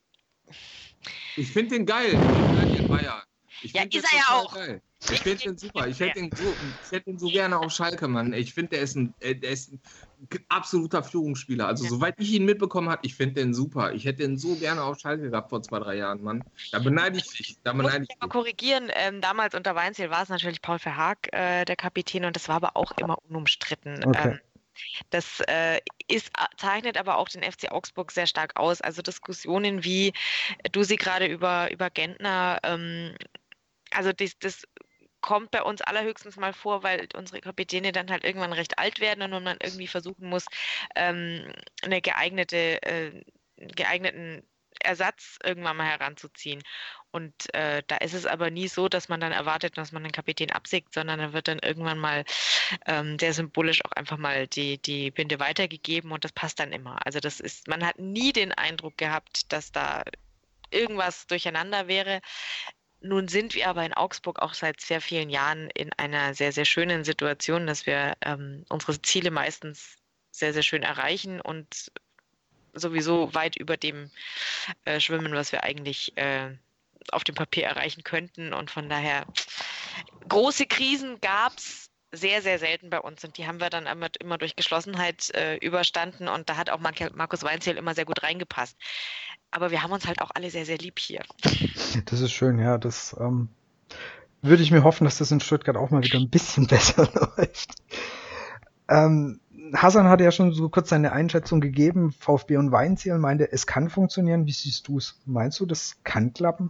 ich finde den geil, Daniel Bayer. Ich ja, ist er ja auch. Geil. Ich finde den super. Ich hätte ihn so, ich hätte ihn so gerne auf Schalke, Mann. Ich finde, der ist ein, der ist ein absoluter Führungsspieler. Also, ja. soweit ich ihn mitbekommen habe, ich finde den super. Ich hätte ihn so gerne auf Schalke gehabt vor zwei, drei Jahren, Mann. Da beneide ich dich. Da beneide ich dich. Ich muss mal korrigieren. Ähm, damals unter Weinziel war es natürlich Paul Verhaag, äh, der Kapitän, und das war aber auch immer unumstritten. Okay. Ähm, Das äh, ist, zeichnet aber auch den F C Augsburg sehr stark aus. Also Diskussionen, wie du sie gerade über, über Gentner, ähm, also das, das kommt bei uns allerhöchstens mal vor, weil unsere Kapitäne dann halt irgendwann recht alt werden und man irgendwie versuchen muss, ähm, eine geeignete, äh, geeigneten Ersatz irgendwann mal heranzuziehen. Und äh, da ist es aber nie so, dass man dann erwartet, dass man den Kapitän absägt, sondern da wird dann irgendwann mal ähm, sehr symbolisch auch einfach mal die, die Binde weitergegeben und das passt dann immer. Also das ist, man hat nie den Eindruck gehabt, dass da irgendwas durcheinander wäre. Nun sind wir aber in Augsburg auch seit sehr vielen Jahren in einer sehr, sehr schönen Situation, dass wir ähm, unsere Ziele meistens sehr, sehr schön erreichen und sowieso weit über dem äh, schwimmen, was wir eigentlich äh, auf dem Papier erreichen könnten. Und von daher, große Krisen gab es sehr, sehr selten bei uns und die haben wir dann immer, immer durch Geschlossenheit äh, überstanden und da hat auch Markus Weinziel immer sehr gut reingepasst. Aber wir haben uns halt auch alle sehr, sehr lieb hier. Das ist schön, ja. Das ähm, würde ich mir hoffen, dass das in Stuttgart auch mal wieder ein bisschen besser läuft. Ähm, Hasan hatte ja schon so kurz seine Einschätzung gegeben, VfB und Weinziel, meinte, es kann funktionieren. Wie siehst du es? Meinst du, das kann klappen?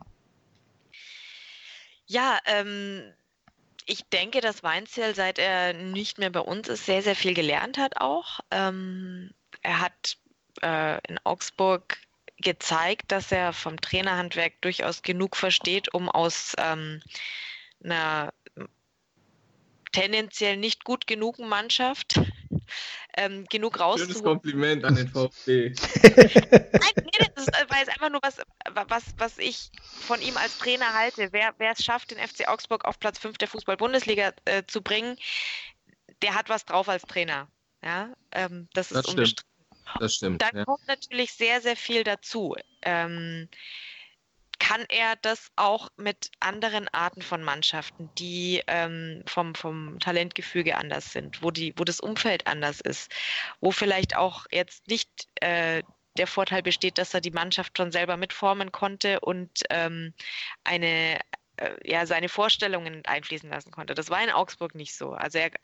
Ja, ähm, ich denke, dass Weinziel, seit er nicht mehr bei uns ist, sehr, sehr viel gelernt hat auch. Ähm, er hat äh, in Augsburg gezeigt, dass er vom Trainerhandwerk durchaus genug versteht, um aus ähm, einer tendenziell nicht gut genugen Mannschaft ähm, genug rauszuholen. Schönes Kompliment an den VfB. Nein, nee, das war jetzt einfach nur was, was, was ich von ihm als Trainer halte. Wer, wer es schafft, den F C Augsburg auf Platz fünf der Fußball-Bundesliga äh, zu bringen, der hat was drauf als Trainer. Ja, ähm, das ist das unbestritten. Das stimmt. Dann ja. kommt natürlich sehr, sehr viel dazu. Ähm, kann er das auch mit anderen Arten von Mannschaften, die ähm, vom, vom Talentgefüge anders sind, wo, die, wo das Umfeld anders ist, wo vielleicht auch jetzt nicht äh, der Vorteil besteht, dass er die Mannschaft schon selber mitformen konnte und ähm, eine, äh, ja, seine Vorstellungen einfließen lassen konnte. Das war in Augsburg nicht so. Also er, er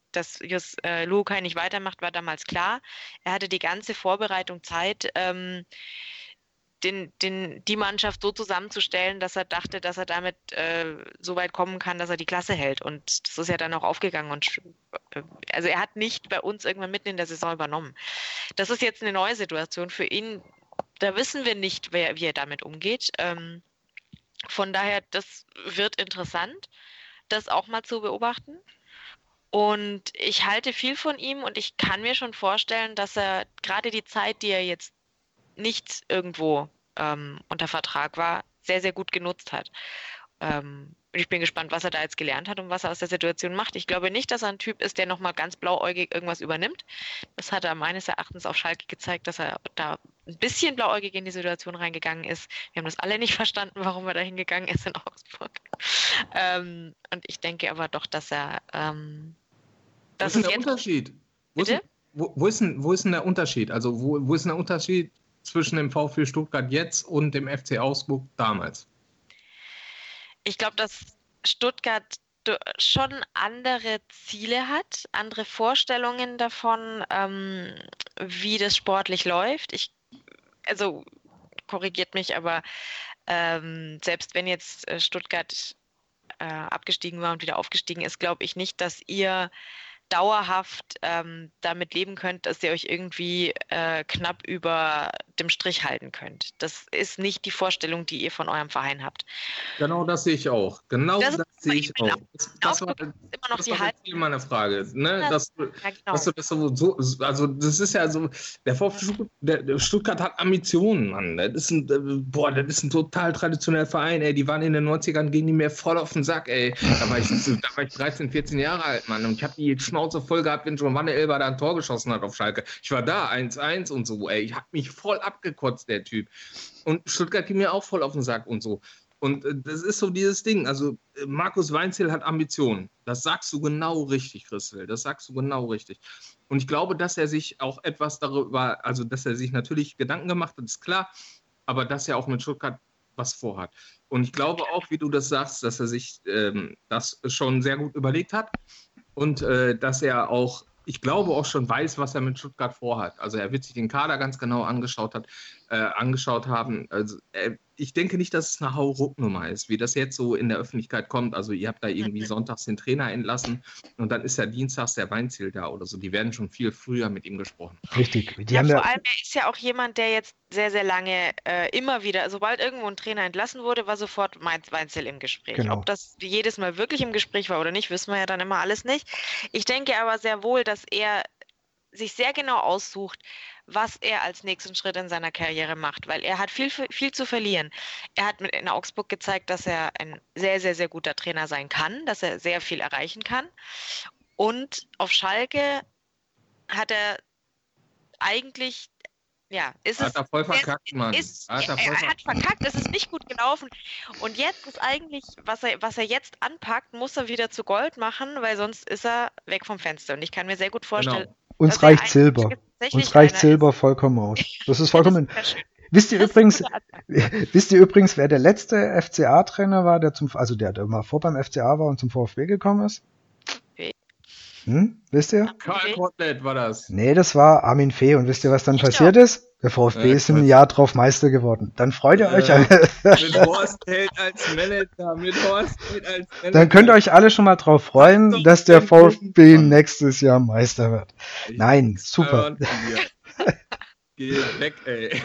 dass Jus, äh, Lukai nicht weitermacht, war damals klar. Er hatte die ganze Vorbereitung Zeit, ähm, den, den, die Mannschaft so zusammenzustellen, dass er dachte, dass er damit äh, so weit kommen kann, dass er die Klasse hält. Und das ist ja dann auch aufgegangen. Und äh, also er hat nicht bei uns irgendwann mitten in der Saison übernommen. Das ist jetzt eine neue Situation für ihn. Da wissen wir nicht, wer, wie er damit umgeht. Ähm, von daher, das wird interessant, das auch mal zu beobachten. Und ich halte viel von ihm und ich kann mir schon vorstellen, dass er gerade die Zeit, die er jetzt nicht irgendwo ähm, unter Vertrag war, sehr, sehr gut genutzt hat. Ähm, ich bin gespannt, was er da jetzt gelernt hat und was er aus der Situation macht. Ich glaube nicht, dass er ein Typ ist, der nochmal ganz blauäugig irgendwas übernimmt. Das hat er meines Erachtens auf Schalke gezeigt, dass er da ein bisschen blauäugig in die Situation reingegangen ist. Wir haben das alle nicht verstanden, warum er da hingegangen ist in Augsburg. Ähm, und ich denke aber doch, dass er ähm, das wo ist denn der Unterschied? Wo ist, wo, wo, ist denn, wo ist denn der Unterschied? Also wo, wo ist denn der Unterschied zwischen dem VfB Stuttgart jetzt und dem F C Augsburg damals? Ich glaube, dass Stuttgart schon andere Ziele hat, andere Vorstellungen davon, ähm, wie das sportlich läuft. Ich, also korrigiert mich, aber ähm, selbst wenn jetzt Stuttgart äh, abgestiegen war und wieder aufgestiegen ist, glaube ich nicht, dass ihr dauerhaft ähm, damit leben könnt, dass ihr euch irgendwie äh, knapp über dem Strich halten könnt. Das ist nicht die Vorstellung, die ihr von eurem Verein habt. Genau das sehe ich auch. Genau das, das sehe ich auch. Das, das war, immer noch das die war Haltung. meine Frage. Ne? Ja, dass, ja, genau. dass du das so, so, also das ist ja so, der VfB Stuttgart, der, der Stuttgart hat Ambitionen, Mann. Das ist ein, boah, das ist ein total traditioneller Verein, ey. Die waren in den neunzigern, gingen die mir voll auf den Sack, ey. Da war ich, da war ich dreizehn, vierzehn Jahre alt, Mann. Und ich habe die Schnauze voll gehabt, wenn Giovanni Elber da ein Tor geschossen hat auf Schalke. Ich war da, eins eins und so, ey. Ich habe mich voll abgekotzt, der Typ. Und Stuttgart ging mir auch voll auf den Sack und so. Und äh, das ist so dieses Ding. Also äh, Markus Weinzierl hat Ambitionen. Das sagst du genau richtig, Christel. Das sagst du genau richtig. Und ich glaube, dass er sich auch etwas darüber, also dass er sich natürlich Gedanken gemacht hat, ist klar, aber dass er auch mit Stuttgart was vorhat. Und ich glaube auch, wie du das sagst, dass er sich ähm, das schon sehr gut überlegt hat und äh, dass er auch, ich glaube auch schon weiß, was er mit Stuttgart vorhat. Also er wird sich den Kader ganz genau angeschaut, hat, äh, angeschaut haben. Also äh, ich denke nicht, dass es eine Hauruck-Nummer ist, wie das jetzt so in der Öffentlichkeit kommt. Also ihr habt da irgendwie sonntags den Trainer entlassen und dann ist ja dienstags der Weinziel da oder so. Die werden schon viel früher mit ihm gesprochen. Richtig. Die ja, haben vor ja allem, er ist ja auch jemand, der jetzt sehr, sehr lange äh, immer wieder, sobald irgendwo ein Trainer entlassen wurde, war sofort Weinziel im Gespräch. Genau. Ob das jedes Mal wirklich im Gespräch war oder nicht, wissen wir ja dann immer alles nicht. Ich denke aber sehr wohl, dass er sich sehr genau aussucht, was er als nächsten Schritt in seiner Karriere macht, weil er hat viel, viel zu verlieren. Er hat mit in Augsburg gezeigt, dass er ein sehr, sehr, sehr guter Trainer sein kann, dass er sehr viel erreichen kann. Und auf Schalke hat er eigentlich, ja, ist hat es... er voll verkackt, Mann. Ist, hat er, er, voll er hat verkackt, es ist nicht gut gelaufen. Und jetzt ist eigentlich, was er, was er jetzt anpackt, muss er wieder zu Gold machen, weil sonst ist er weg vom Fenster. Und ich kann mir sehr gut vorstellen, Genau. Uns dass er reicht ein- Silber. tatsächlich Uns reicht einer Silber ist. vollkommen aus. Das ist vollkommen. Das ist sehr schön. Wisst ihr Das ist übrigens, ein guter Ansatz. wisst ihr übrigens, wer der letzte F C A-Trainer war, der zum, also der, der mal vor beim F C A war und zum VfB gekommen ist? Fee. Hm? Wisst ihr? Karl Kotelett war das. Nee, das war Armin Fee. Und wisst ihr, was dann Ich passiert ist? Der VfB Ja, ist im Quatsch. Jahr drauf Meister geworden. Dann freut ihr euch. Äh, alle. Mit Horst Held als Manager. Mit Horst Held als Manager. Dann könnt ihr euch alle schon mal drauf freuen, Hat doch dass der den VfB Mann. nächstes Jahr Meister wird. Ich Nein, nix super. hören von dir. Geh weg, ey.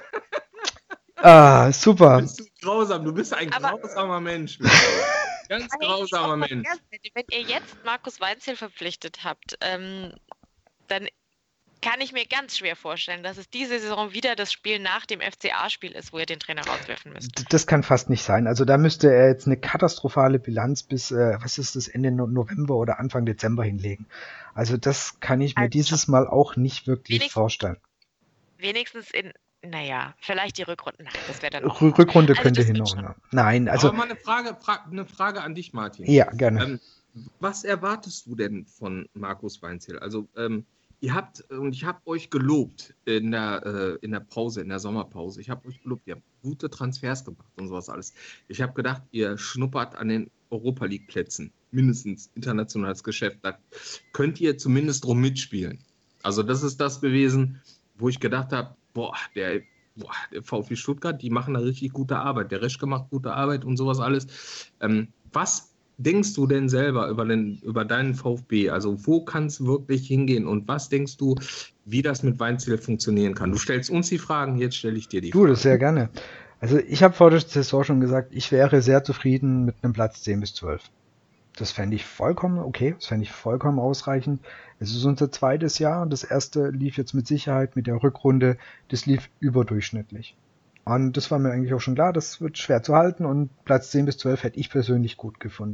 Ah, super. Bist du grausam? Du bist ein Aber- grausamer Mensch. Ganz Aber grausamer auch mal Mensch. ganz ehrlich, wenn ihr jetzt Markus Weinzierl verpflichtet habt, ähm, dann kann ich mir ganz schwer vorstellen, dass es diese Saison wieder das Spiel nach dem F C A-Spiel ist, wo ihr den Trainer rauswerfen müsst. D- Das kann fast nicht sein. Also da müsste er jetzt eine katastrophale Bilanz bis, äh, was ist das, Ende No- November oder Anfang Dezember hinlegen. Also das kann ich mir Also- dieses Mal auch nicht wirklich Wenigstens- vorstellen. Wenigstens in, naja, vielleicht die Rückrunde. Nein, das wäre dann auch. Rü- Rückrunde Also könnte das wird hinhauen. schon. ja. Nein, also Aber mal eine Frage, fra eine Frage an dich, Martin. ja, gerne. Ähm, was erwartest du denn von Markus Weinzierl? Also, ähm, ihr habt, und ich habe euch gelobt in der, äh, in der Pause, in der Sommerpause. Ich habe euch gelobt, ihr habt gute Transfers gemacht und sowas alles. Ich habe gedacht, ihr schnuppert an den Europa-League-Plätzen, mindestens internationales Geschäft. Da könnt ihr zumindest drum mitspielen. Also das ist das gewesen, wo ich gedacht habe, boah, der, boah, der VfB Stuttgart, die machen da richtig gute Arbeit. Der Reschke macht gute Arbeit und sowas alles. Ähm, was denkst du denn selber über, den, über deinen VfB? Also wo kann es wirklich hingehen? Und was denkst du, wie das mit Weinziel funktionieren kann? Du stellst uns die Fragen, jetzt stelle ich dir die Du, Fragen. das sehr gerne. Also ich habe vor der Saison schon gesagt, ich wäre sehr zufrieden mit einem Platz zehn bis zwölf. Das fände ich vollkommen okay, das fände ich vollkommen ausreichend. Es ist unser zweites Jahr und das erste lief jetzt mit Sicherheit mit der Rückrunde, das lief überdurchschnittlich. Und das war mir eigentlich auch schon klar, das wird schwer zu halten und Platz zehn bis zwölf hätte ich persönlich gut gefunden.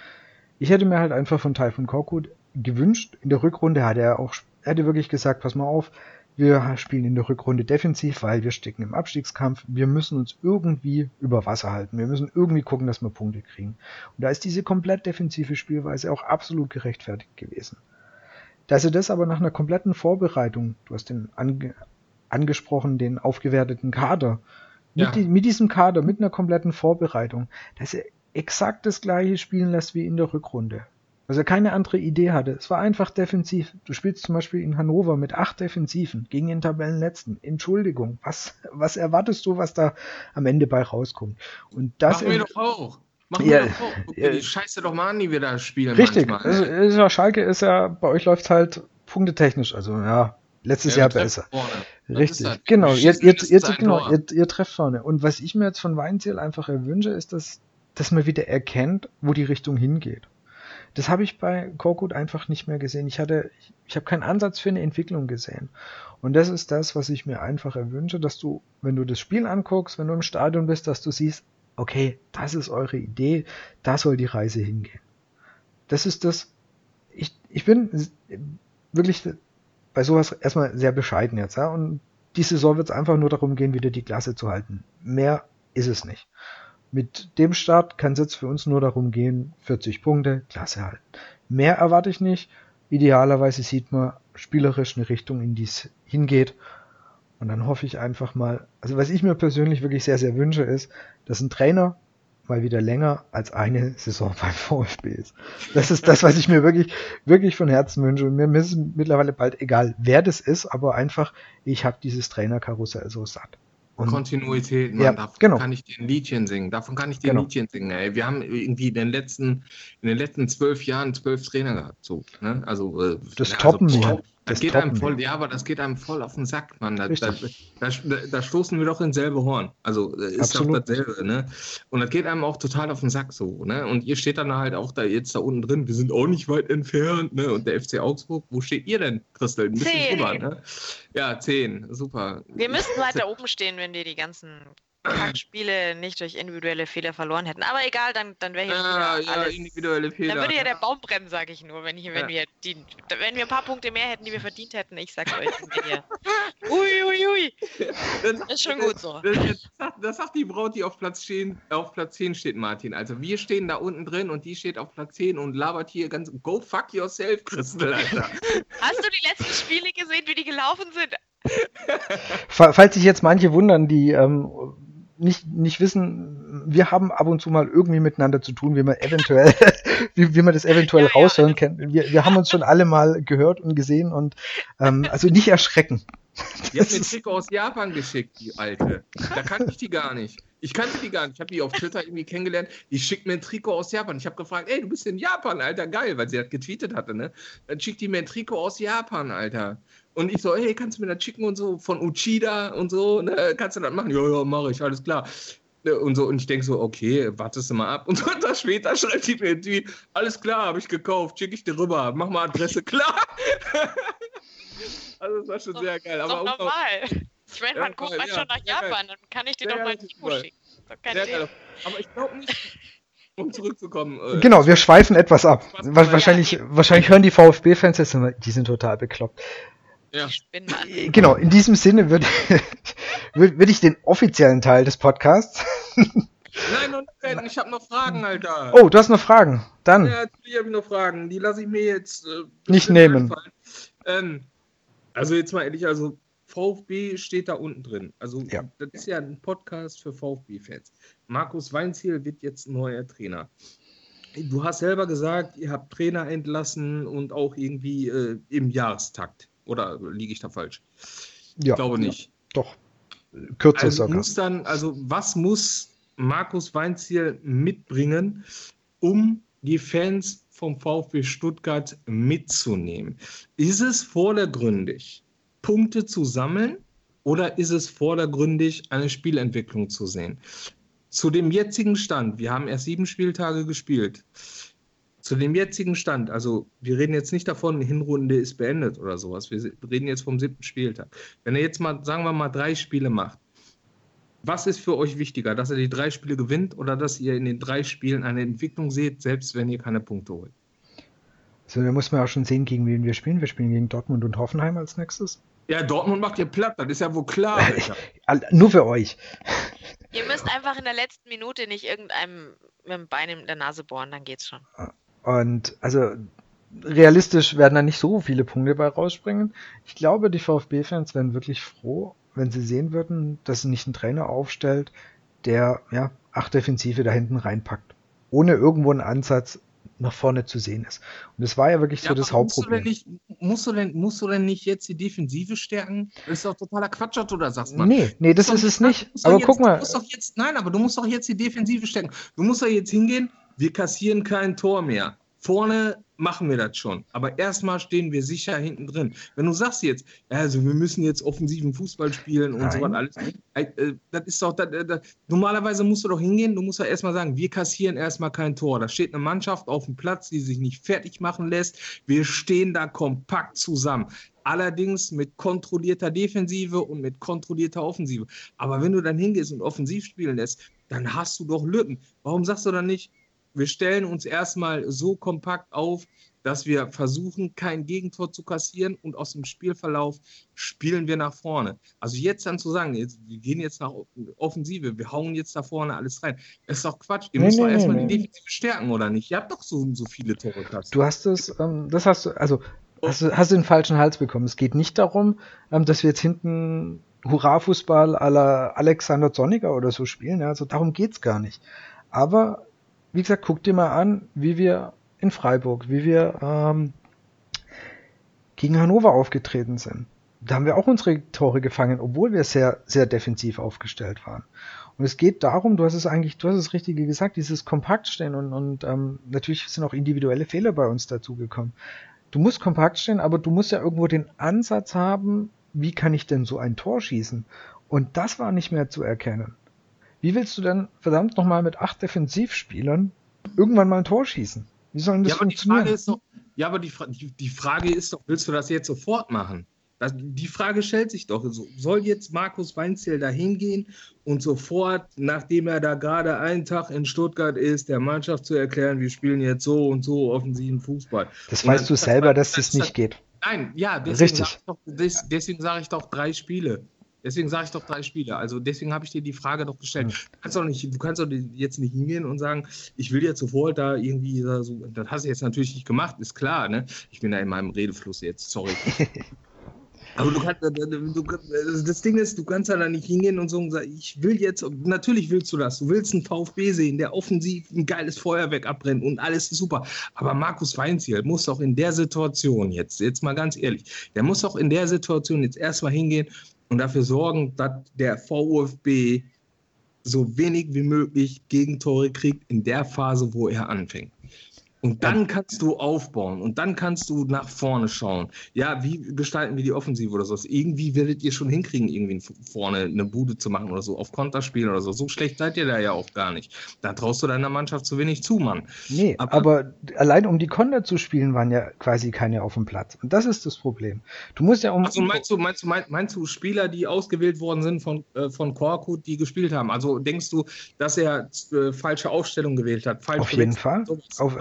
Ich hätte mir halt einfach von Tayfun Korkut gewünscht, in der Rückrunde hat er auch, er hätte wirklich gesagt, pass mal auf, wir spielen in der Rückrunde defensiv, weil wir stecken im Abstiegskampf. Wir müssen uns irgendwie über Wasser halten. Wir müssen irgendwie gucken, dass wir Punkte kriegen. Und da ist diese komplett defensive Spielweise auch absolut gerechtfertigt gewesen. Dass er das aber nach einer kompletten Vorbereitung, du hast den ange, angesprochen, den aufgewerteten Kader, mit, Ja. die, mit diesem Kader, mit einer kompletten Vorbereitung, dass er exakt das gleiche spielen lässt wie in der Rückrunde. Dass er keine andere Idee hatte. Es war einfach defensiv. Du spielst zum Beispiel in Hannover mit acht Defensiven gegen den Tabellenletzten. Entschuldigung, was, was erwartest du, was da am Ende bei rauskommt? Und das Machen wir er, doch auch. Machen Ja, wir doch auch. Guck dir ja. die Scheiße doch mal an, die wir da spielen richtig. manchmal. Also, ist ja, Schalke ist ja, bei euch läuft halt punktetechnisch. Also ja, letztes Ja, Jahr wir besser. treffen vorne. Das Richtig, ist halt- genau. wir Ihr, schießen ihr, mindestens ihr, ein genau Tor. ihr, ihr trefft vorne. Und was ich mir jetzt von Weinziel einfach erwünsche, ist, dass, dass man wieder erkennt, wo die Richtung hingeht. Das habe ich bei Korkut einfach nicht mehr gesehen. Ich hatte, ich, ich habe keinen Ansatz für eine Entwicklung gesehen. Und das ist das, was ich mir einfach erwünsche, dass du, wenn du das Spiel anguckst, wenn du im Stadion bist, dass du siehst, okay, das ist eure Idee, da soll die Reise hingehen. Das ist das, ich, ich bin wirklich bei sowas erstmal sehr bescheiden jetzt, ja, und die Saison wird es einfach nur darum gehen, wieder die Klasse zu halten. Mehr ist es nicht. Mit dem Start kann es jetzt für uns nur darum gehen, vierzig Punkte, Klasse halten. Mehr erwarte ich nicht. Idealerweise sieht man spielerisch eine Richtung, in die es hingeht. Und dann hoffe ich einfach mal, also was ich mir persönlich wirklich sehr, sehr wünsche, ist, dass ein Trainer mal wieder länger als eine Saison beim VfB ist. Das ist das, was ich mir wirklich, wirklich von Herzen wünsche. Und mir ist es mittlerweile bald egal, wer das ist, aber einfach, ich habe dieses Trainerkarussell so satt. Und Kontinuität, Mann, Ja, davon genau. kann ich dir ein Liedchen singen. Davon kann ich dir Genau. ein Liedchen singen, ey. Wir haben irgendwie in den letzten, in den letzten zwölf Jahren zwölf Trainer gehabt. So, ne? Also, äh, Das ja, toppen also, wir. boah, Das, Das geht toppen einem voll, wir. ja, aber das geht einem voll auf den Sack, Mann. Da, da, Richtig. da, da, da stoßen wir doch ins selbe Horn. Also äh, ist Absolut. doch dasselbe, ne? Und das geht einem auch total auf den Sack so, ne? Und ihr steht dann halt auch da jetzt da unten drin, wir sind auch nicht weit entfernt, ne? Und der F C Augsburg, wo steht ihr denn, Christel? Ein bisschen Zehn. drüber, ne? Ja, zehn, super. Wir müssten weiter oben stehen, wenn wir die ganzen Kackspiele nicht durch individuelle Fehler verloren hätten. Aber egal, dann, dann wäre hier Ja, wieder ja, alles. individuelle Fehler. Dann würde ja der Baum brennen, sage ich nur, wenn, ich, wenn, Ja. wir die, wenn wir ein paar Punkte mehr hätten, die wir verdient hätten. Ich sag's euch. Wenn wir, ui, ui, ui. Das Ist schon gut so. Das, das, sagt, das sagt die Braut, die auf Platz, zehn, auf Platz zehn steht, Martin. Also wir stehen da unten drin und die steht auf Platz zehn und labert hier ganz. Go fuck yourself, Christel, Alter. Hast du die letzten Spiele gesehen, wie die gelaufen sind? Fa- Falls sich jetzt manche wundern, die ähm, nicht, nicht wissen, wir haben ab und zu mal irgendwie miteinander zu tun, wie man eventuell, wie, wie man das eventuell Ja, ja. raushören kann. Wir, wir haben uns schon alle mal gehört und gesehen und ähm, also nicht erschrecken. Die hat mir einen Trikot aus Japan geschickt, die Alte. Da kannte ich die gar nicht. Ich kannte die gar nicht. Ich habe die auf Twitter irgendwie kennengelernt. Die schickt mir ein Trikot aus Japan. Ich habe gefragt, ey, du bist in Japan, Alter, geil, weil sie das getweetet hatte, ne? Dann schickt die mir ein Trikot aus Japan, Alter. Und ich so, hey, kannst du mir das schicken und so, von Uchida und so, ne? Kannst du das machen? Ja, ja, mache ich, alles klar. Ne, Und so, und ich denke so, okay, wartest du mal ab. Und so einen Tag später schreibt die mir ein Tweet, alles klar, habe ich gekauft, schicke ich dir rüber, mach mal Adresse klar. Also das war schon sehr geil. Ist Aber doch auch noch- normal. Ich meine, Ja, man guckt voll, mal ja, schon nach sehr geil. Japan, dann kann ich dir Sehr doch mal geil, ein Trikot voll. schicken. Ist doch kein Sehr Thema. geil. Aber ich glaube nicht, um zurückzukommen. Äh, Genau, wir schweifen etwas ab. Spaß Wa- dabei. Wahrscheinlich, wahrscheinlich hören die VfB-Fans jetzt immer, die sind total bekloppt. Ja. Die spinnen alle. Genau, in diesem Sinne würde würd, würd ich den offiziellen Teil des Podcasts. Nein, noch nicht, ich habe noch Fragen, Alter. Oh, du hast noch Fragen. Dann. Ja, natürlich habe ich noch Fragen. Die lasse ich mir jetzt äh, Nicht bestimmt nehmen. einfallen. Ähm, also jetzt mal ehrlich, also VfB steht da unten drin. Also Ja. das ist ja ein Podcast für VfB-Fans. Markus Weinziel wird jetzt neuer Trainer. Du hast selber gesagt, ihr habt Trainer entlassen und auch irgendwie äh, im Jahrestakt. Oder liege ich da falsch? Ja, ich glaube nicht. Doch. Kürzer Also sogar. muss dann, also was muss Markus Weinzierl mitbringen, um die Fans vom VfB Stuttgart mitzunehmen? Ist es vordergründig, Punkte zu sammeln oder ist es vordergründig, eine Spielentwicklung zu sehen? Zu dem jetzigen Stand, wir haben erst sieben Spieltage gespielt, zu dem jetzigen Stand, also wir reden jetzt nicht davon, die Hinrunde ist beendet oder sowas, wir reden jetzt vom siebten Spieltag. Wenn er jetzt mal, sagen wir mal, drei Spiele macht, was ist für euch wichtiger, dass er die drei Spiele gewinnt oder dass ihr in den drei Spielen eine Entwicklung seht, selbst wenn ihr keine Punkte holt? Also da muss man auch schon sehen, gegen wen wir spielen. Wir spielen gegen Dortmund und Hoffenheim als nächstes. Ja, Dortmund macht ihr platt, das ist ja wohl klar. Alter. Nur für euch. Ihr müsst einfach in der letzten Minute nicht irgendeinem mit dem Bein in der Nase bohren, dann geht's schon. Und also realistisch werden da nicht so viele Punkte bei rausspringen. Ich glaube, die VfB-Fans wären wirklich froh, wenn sie sehen würden, dass sie nicht einen Trainer aufstellt, der ja acht Defensive da hinten reinpackt. Ohne irgendwo einen Ansatz nach vorne zu sehen ist. Und das war ja wirklich ja, so das Hauptproblem. Musst du, denn nicht, musst, du denn, musst du denn nicht jetzt die Defensive stärken? Das ist doch totaler Quatsch, was du da sagst, Mann. Nee, nee, das ist es nicht. Aber jetzt, guck mal. Du musst doch jetzt, nein, aber du musst doch jetzt die Defensive stärken. Du musst doch jetzt hingehen, wir kassieren kein Tor mehr. Vorne machen wir das schon. Aber erstmal stehen wir sicher hinten drin. Wenn du sagst jetzt, also wir müssen jetzt offensiven Fußball spielen und Nein. so was alles, äh, das ist doch, das, das, normalerweise musst du doch hingehen, du musst doch erstmal sagen, wir kassieren erstmal kein Tor. Da steht eine Mannschaft auf dem Platz, die sich nicht fertig machen lässt. Wir stehen da kompakt zusammen. Allerdings mit kontrollierter Defensive und mit kontrollierter Offensive. Aber wenn du dann hingehst und offensiv spielen lässt, dann hast du doch Lücken. Warum sagst du dann nicht, wir stellen uns erstmal so kompakt auf, dass wir versuchen, kein Gegentor zu kassieren und aus dem Spielverlauf spielen wir nach vorne. Also jetzt dann zu sagen, jetzt, wir gehen jetzt nach Offensive, wir hauen jetzt da vorne alles rein. Das ist doch Quatsch. Ihr nee, müsst nee, doch erstmal nee. die Defensive stärken, oder nicht? Ihr habt doch so, so viele Tore kassiert. Du hast es, ähm, das hast du, also hast du, hast du den falschen Hals bekommen. Es geht nicht darum, ähm, dass wir jetzt hinten Hurra-Fußball à la Alexander Zorniger oder so spielen. Ja? Also darum geht's gar nicht. Aber wie gesagt, guck dir mal an, wie wir in Freiburg, wie wir ähm, gegen Hannover aufgetreten sind. Da haben wir auch unsere Tore gefangen, obwohl wir sehr, sehr defensiv aufgestellt waren. Und es geht darum, du hast es eigentlich, du hast es richtig gesagt, dieses Kompaktstehen und, und ähm, natürlich sind auch individuelle Fehler bei uns dazugekommen. Du musst kompakt stehen, aber du musst ja irgendwo den Ansatz haben, wie kann ich denn so ein Tor schießen? Und das war nicht mehr zu erkennen. Wie willst du denn verdammt nochmal mit acht Defensivspielern irgendwann mal ein Tor schießen? Wie soll denn das ja, aber funktionieren? Die Frage ist doch, ja, aber die, Fra- die, die Frage ist doch, willst du das jetzt sofort machen? Das, die Frage stellt sich doch. Soll jetzt Markus Weinzierl da hingehen und sofort, nachdem er da gerade einen Tag in Stuttgart ist, der Mannschaft zu erklären, wir spielen jetzt so und so offensiven Fußball? Das und weißt dann, du selber, das, dass das, das nicht geht. Nein, ja, deswegen sage ich, doch, des, deswegen sag ich doch drei Spiele. Deswegen sage ich doch drei Spiele. Also deswegen habe ich dir die Frage doch gestellt. Mhm. Du kannst doch nicht, du kannst doch jetzt nicht hingehen und sagen, ich will jetzt sofort da irgendwie so. Das hast du jetzt natürlich nicht gemacht, ist klar, ne? Ich bin da in meinem Redefluss jetzt, sorry. Aber du kannst, du, das Ding ist, du kannst da nicht hingehen und so und sagen, ich will jetzt, natürlich willst du das, du willst einen VfB sehen, der offensiv ein geiles Feuerwerk abbrennt und alles ist super. Aber Markus Weinzierl muss doch in der Situation jetzt, jetzt mal ganz ehrlich, der muss doch in der Situation jetzt erstmal hingehen und dafür sorgen, dass der VfB so wenig wie möglich Gegentore kriegt in der Phase, wo er anfängt. Und dann kannst du aufbauen und dann kannst du nach vorne schauen. Ja, wie gestalten wir die Offensive oder so? Irgendwie werdet ihr schon hinkriegen, irgendwie vorne eine Bude zu machen oder so, auf Konterspielen oder so. So schlecht seid ihr da ja auch gar nicht. Da traust du deiner Mannschaft zu wenig zu, Mann. Nee, aber, aber allein um die Konter zu spielen, waren ja quasi keine auf dem Platz. Und das ist das Problem. Du musst ja um... Also meinst du, meinst du, meinst, meinst du Spieler, die ausgewählt worden sind von, äh, von Korkut, die gespielt haben? Also denkst du, dass er äh, falsche Aufstellung gewählt hat? Falsch auf jeden Fall. So, auf,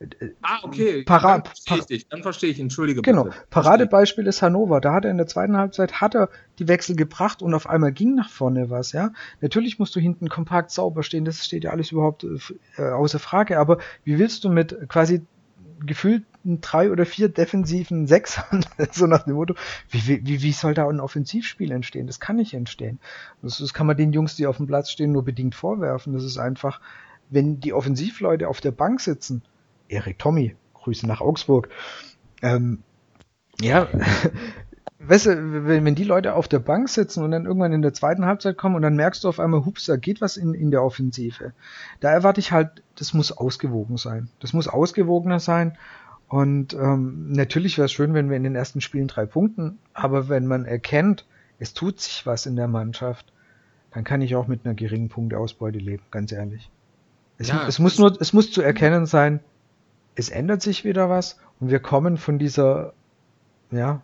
Ah, okay. Parad, dann verstehe ich dich. Dann verstehe ich, entschuldige genau. bitte. Paradebeispiel ist Hannover. Da hat er in der zweiten Halbzeit hat er die Wechsel gebracht und auf einmal ging nach vorne was, ja. Natürlich musst du hinten kompakt sauber stehen, das steht ja alles überhaupt äh, außer Frage, aber wie willst du mit quasi gefühlten drei oder vier defensiven Sechsern, so nach dem Motto, wie, wie, wie soll da ein Offensivspiel entstehen? Das kann nicht entstehen. Das, das kann man den Jungs, die auf dem Platz stehen, nur bedingt vorwerfen. Das ist einfach wenn die Offensivleute auf der Bank sitzen, Erik Tommy, Grüße nach Augsburg, ähm, ja, weißt du, wenn, wenn die Leute auf der Bank sitzen und dann irgendwann in der zweiten Halbzeit kommen und dann merkst du auf einmal, hups, da geht was in, in der Offensive. Da erwarte ich halt, das muss ausgewogen sein. Das muss ausgewogener sein. Und ähm, natürlich wäre es schön, wenn wir in den ersten Spielen drei Punkten, aber wenn man erkennt, es tut sich was in der Mannschaft, dann kann ich auch mit einer geringen Punkteausbeute leben, ganz ehrlich. Es, Ja, es muss nur, es muss zu erkennen sein, es ändert sich wieder was und wir kommen von dieser, ja,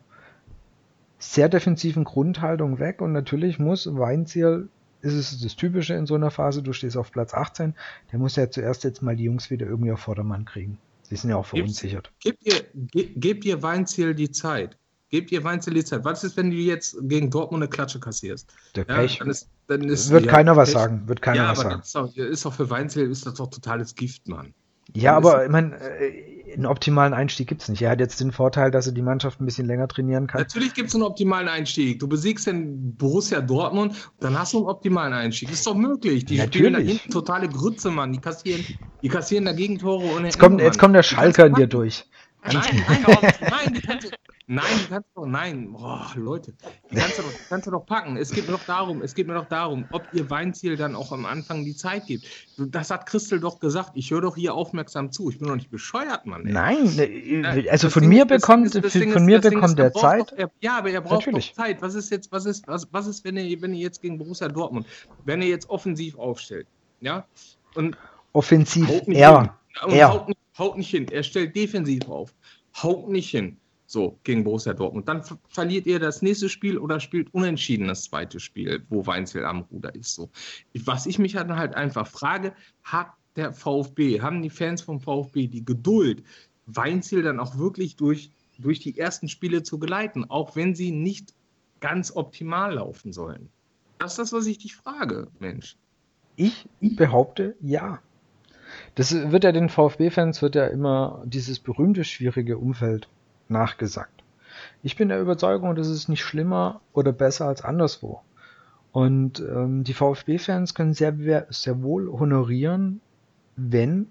sehr defensiven Grundhaltung weg und natürlich muss Weinzierl, ist es das Typische in so einer Phase, du stehst auf Platz achtzehn, der muss ja zuerst jetzt mal die Jungs wieder irgendwie auf Vordermann kriegen. Sie sind ja auch verunsichert. Gebt ihr, ge, gebt ihr Weinzierl die Zeit. Gebt ihr Weinzierl die Zeit. Was ist, wenn du jetzt gegen Dortmund eine Klatsche kassierst? Der Ja, Pech. dann ist, dann ist, Wird ja, keiner was Pech. sagen. Wird keiner ja, was aber sagen. das ist doch, ist doch für Weinzierl ist das doch totales Gift, Mann. Ja, Dann aber ist- ich meine, einen optimalen Einstieg gibt's nicht. Er hat jetzt den Vorteil, dass er die Mannschaft ein bisschen länger trainieren kann. Natürlich gibt es einen optimalen Einstieg. Du besiegst den Borussia Dortmund, dann hast du einen optimalen Einstieg. Ist doch möglich. Die spielen da Natürlich. hinten totale Grütze, Mann. Die kassieren, die kassieren da Gegentore ohne Jetzt kommt, Ende, jetzt Mann. kommt der Die Schalker in kannst du dir durch. Nein, nein, nein, die kannst du, nein, die kannst du, nein, boah, Leute, die kannst du doch, kannst du doch packen. Es geht mir doch darum, es geht mir doch darum, ob ihr Weinziel dann auch am Anfang die Zeit gibt. Das hat Christel doch gesagt. Ich höre doch hier aufmerksam zu. Ich bin doch nicht bescheuert, Mann. Ey. Nein, ne, also Das von Ding mir ist- das bekommt, Ding ist- das Ding von ist- mir das Ding bekommt ist, der braucht Zeit. Doch, er, ja, aber er braucht Natürlich. doch Zeit. Was ist jetzt, was ist, was, was ist, wenn ihr, wenn ihr jetzt gegen Borussia Dortmund, wenn ihr jetzt offensiv aufstellt, ja, und Offensiv, haut nicht er, hin. Und er. haut, nicht, haut nicht hin. Er stellt defensiv auf. Haut nicht hin. So, gegen Borussia Dortmund. Dann ver verliert ihr das nächste Spiel oder spielt unentschieden das zweite Spiel, wo Weinzierl am Ruder ist. So. Was ich mich dann halt einfach frage, hat der VfB, haben die Fans vom VfB die Geduld, Weinzierl dann auch wirklich durch, durch die ersten Spiele zu geleiten, auch wenn sie nicht ganz optimal laufen sollen? Das ist das, was ich dich frage, Mensch. Ich behaupte, ja. Das wird ja den VfB-Fans wird ja immer dieses berühmte, schwierige Umfeld nachgesagt. Ich bin der Überzeugung, das ist nicht schlimmer oder besser als anderswo. Und ähm, die VfB-Fans können sehr, sehr wohl honorieren, wenn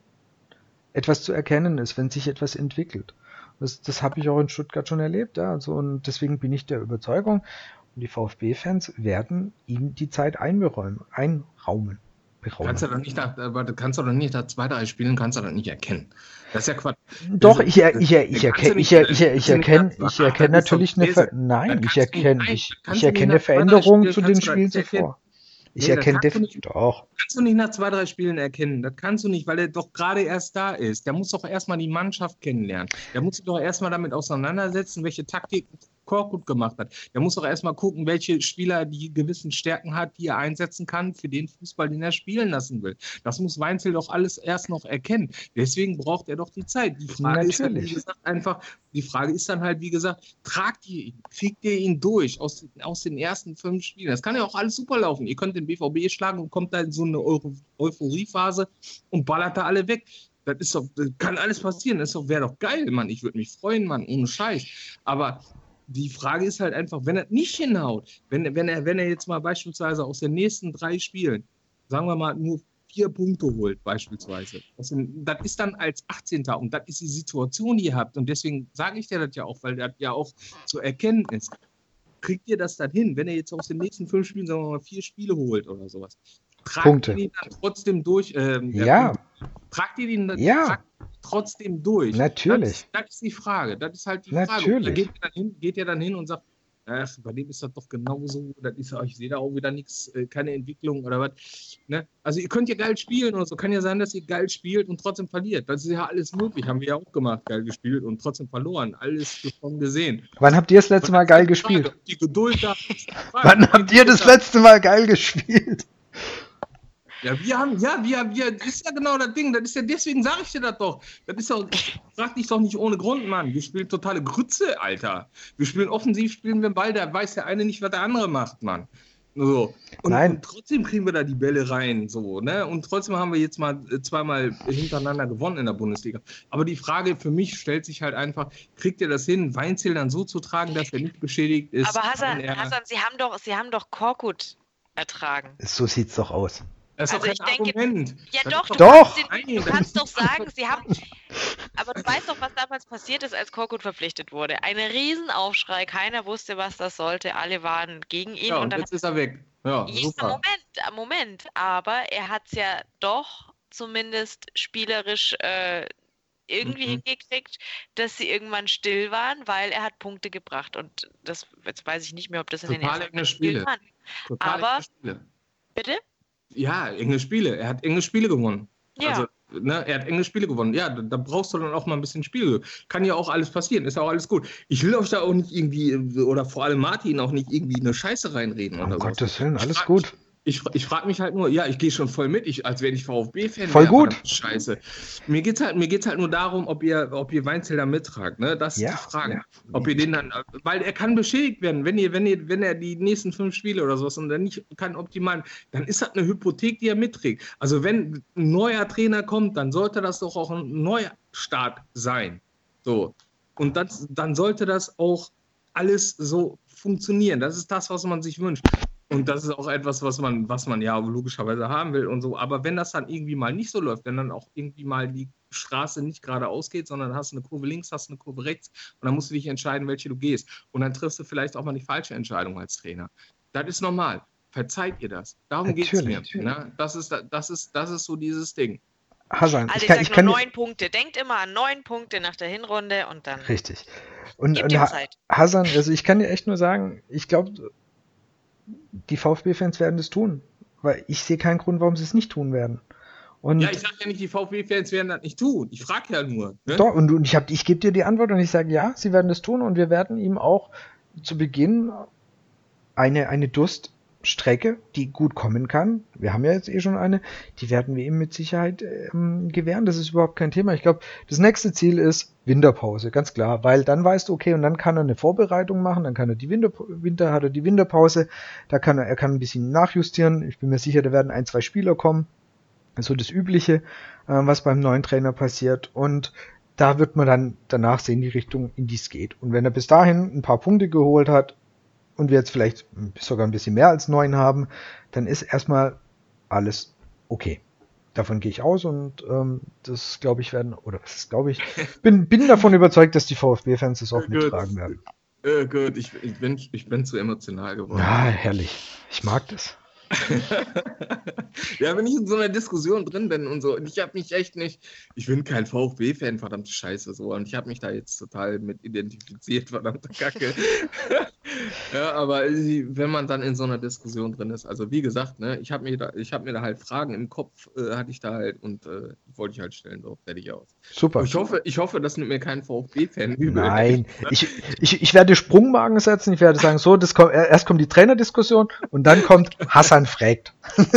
etwas zu erkennen ist, wenn sich etwas entwickelt. Das, das habe ich auch in Stuttgart schon erlebt. Ja, also, und deswegen bin ich der Überzeugung, und die VfB-Fans werden ihm die Zeit einberäumen, einraumen. Beraumen. Kannst du doch nicht nach, aber du kannst du doch nicht nach zwei, drei Spielen kannst du das nicht erkennen. Das ist ja Quatsch. Doch, Das- ich, er- ich, er- ich das kannst du erkenne, nicht- ich, er- ich, er- das ich kannst du nicht erkenne, nach- ich erkenne das ist doch natürlich eine, Käse. Ver nein, Das ich kannst du nicht- erkenne, nein, ich, das kannst ich du nicht erkenne nach zwei, drei Veränderungen Spielen zu den kannst du das Spielen nicht erkennen. zuvor. Ich Nee, das erkenne kannst du definitiv, doch. Kannst du nicht nach zwei, drei Spielen erkennen. Das kannst du nicht, weil er doch gerade erst da ist. Der muss doch erstmal die Mannschaft kennenlernen. Der muss sich doch erstmal damit auseinandersetzen, welche Taktik Korkut gemacht hat. Der muss doch erstmal gucken, welche Spieler die gewissen Stärken hat, die er einsetzen kann für den Fußball, den er spielen lassen will. Das muss Weinzierl doch alles erst noch erkennen. Deswegen braucht er doch die Zeit. Die Frage ist halt, wie Natürlich. gesagt, einfach, die Frage ist dann halt, wie gesagt, tragt ihr ihn, kriegt ihr ihn durch aus, aus den ersten fünf Spielen. Das kann ja auch alles super laufen. Ihr könnt den B V B schlagen und kommt da in so eine Eu Euphoriephase und ballert da alle weg. Das ist doch, das kann alles passieren. Das wäre doch geil, Mann. Ich würde mich freuen, Mann, ohne Scheiß. Aber die Frage ist halt einfach, wenn er nicht hinhaut, wenn, wenn, er, wenn er jetzt mal beispielsweise aus den nächsten drei Spielen, sagen wir mal, nur vier Punkte holt, beispielsweise, das, sind, das ist dann als achtzehnter und das ist die Situation, die ihr habt. Und deswegen sage ich dir das ja auch, weil das ja auch zu erkennen ist. Kriegt ihr das dann hin, wenn er jetzt aus den nächsten fünf Spielen, sagen wir mal, vier Spiele holt oder sowas? Tragt Punkte. ihr den dann trotzdem durch? Ähm, Ja. Tragt ihr den dann Ja. tragt trotzdem durch? Natürlich. Das, das ist die Frage. Das ist halt die Frage. Natürlich. Da geht ihr dann hin, geht ihr dann hin und sagt, ach, bei dem ist das doch genauso, das ist, ich sehe da auch wieder nichts, äh, keine Entwicklung oder was. Ne? Also ihr könnt ja geil spielen oder so. Kann ja sein, dass ihr geil spielt und trotzdem verliert. Das ist ja alles möglich. Haben wir ja auch gemacht, geil gespielt und trotzdem verloren. Alles schon gesehen. Wann habt ihr das letzte Und Mal das geil ist die Frage, gespielt? ob die Geduld da ist. Wann habt ihr das letzte Mal geil gespielt? Ja, wir haben, ja, wir, wir, das ist ja genau das Ding, das ist ja, deswegen sage ich dir das doch. Das ist doch, ich frag dich doch nicht ohne Grund, Mann. Wir spielen totale Grütze, Alter. Wir spielen offensiv, spielen wir den Ball, da weiß der eine nicht, was der andere macht, Mann. So. Und, Nein. und trotzdem kriegen wir da die Bälle rein, so, ne? Und trotzdem haben wir jetzt mal äh, zweimal hintereinander gewonnen in der Bundesliga. Aber die Frage für mich stellt sich halt einfach, kriegt ihr das hin, Weinzierl dann so zu tragen, dass er nicht beschädigt ist? Aber Hassan, Kann er- Hassan, Sie haben doch, Sie haben doch Korkut ertragen. So sieht's doch aus. Das ist Also doch ich kein denke, Argument. ja Das doch, ist du Doch. kannst, den, Nein, du das kannst ist doch sagen, sie haben, aber du weißt doch, was damals passiert ist, als Korkut verpflichtet wurde. Ein Riesenaufschrei, keiner wusste, was das sollte, alle waren gegen ihn Ja, und und dann jetzt ist er weg. Ja, Ja, super. Moment, Moment, aber er hat es ja doch zumindest spielerisch äh, irgendwie Mhm. hingekriegt, dass sie irgendwann still waren, weil er hat Punkte gebracht. Und das, jetzt weiß ich nicht mehr, ob das in den Total ersten enge Spielen Spiele. waren. Total Aber- enge Spiele. Bitte? Ja, enge Spiele. Er hat enge Spiele gewonnen. Ja. Also, ne, er hat enge Spiele gewonnen. Ja, da, da brauchst du dann auch mal ein bisschen Spiel. Kann ja auch alles passieren, ist auch alles gut. Ich will euch da auch nicht irgendwie, oder vor allem Martin auch nicht irgendwie eine Scheiße reinreden. Um oder so. Gottes Willen, alles frag, gut. Ich, ich frage mich halt nur, ja, ich gehe schon voll mit, ich, als wäre ich VfB-Fan. Voll gut. verdammt Scheiße. Mir geht es halt, mir geht's halt nur darum, ob ihr, ob ihr Weinzel da mittragt. Ne? Das Ja, ist die Frage. ja. Ob ihr den dann, weil er kann beschädigt werden, wenn ihr, wenn ihr, wenn er die nächsten fünf Spiele oder sowas und dann nicht kann optimal, dann ist das eine Hypothek, die er mitträgt. Also wenn ein neuer Trainer kommt, dann sollte das doch auch ein neuer Start sein. So. Und das, dann sollte das auch alles so funktionieren. Das ist das, was man sich wünscht. Und das ist auch etwas, was man, was man ja logischerweise haben will und so. Aber wenn das dann irgendwie mal nicht so läuft, wenn dann auch irgendwie mal die Straße nicht geradeaus geht, sondern hast eine Kurve links, hast eine Kurve rechts und dann musst du dich entscheiden, welche du gehst. Und dann triffst du vielleicht auch mal die falsche Entscheidung als Trainer. Das ist normal. Verzeiht ihr das? Darum geht es mir. Natürlich. Ne? Das ist, das ist, das ist so dieses Ding. Hasan, Also ich ich, kann, sag ich nur kann neun Punkte. Denkt immer an neun Punkte nach der Hinrunde und dann richtig. Und, gebt und ihm Ha- Zeit. Hasan, also ich kann dir echt nur sagen, ich glaube, die VfB-Fans werden das tun, weil ich sehe keinen Grund, warum sie es nicht tun werden. Und Ja, ich sage ja nicht, die VfB-Fans werden das nicht tun. Ich frage ja nur. Ne? doch, und, und ich hab, ich gebe dir die Antwort und ich sage, ja, sie werden das tun und wir werden ihm auch zu Beginn eine, eine Durststrecke, die gut kommen kann, wir haben ja jetzt eh schon eine, die werden wir ihm mit Sicherheit ähm, gewähren, das ist überhaupt kein Thema. Ich glaube, das nächste Ziel ist Winterpause, ganz klar, weil dann weißt du, okay, und dann kann er eine Vorbereitung machen, dann kann er die Winter, Winter hat er die Winterpause, da kann er, er kann ein bisschen nachjustieren, ich bin mir sicher, da werden ein, zwei Spieler kommen, so das Übliche, äh, was beim neuen Trainer passiert und da wird man dann danach sehen, die Richtung, in die es geht. Und wenn er bis dahin ein paar Punkte geholt hat und wir jetzt vielleicht sogar ein bisschen mehr als neun haben, dann ist erstmal alles okay. Davon gehe ich aus und ähm, das glaube ich werden, oder was ist, glaube ich, bin, bin davon überzeugt, dass die VfB-Fans das auch Gut. mittragen werden. Äh, gut, ich, ich, bin, ich bin zu emotional geworden. Ja, herrlich. Ich mag das. Ja, wenn ich in so einer Diskussion drin bin und so, und ich habe mich echt nicht, ich bin kein VfB-Fan, verdammte Scheiße, so, und ich habe mich da jetzt total mit identifiziert, verdammte Kacke. Ja, aber wenn man dann in so einer Diskussion drin ist, also wie gesagt, ne, ich habe mir da, ich habe mir da halt Fragen im Kopf, äh, hatte ich da halt und äh, wollte ich halt stellen, so, fertig aus. Super. Ich hoffe, ich hoffe, das nimmt mir kein VfB-Fan übel. Nein, ich, ich, ich werde Sprungmarken setzen, ich werde sagen, so, das kommt, erst kommt die Trainerdiskussion und dann kommt Hasan fragt.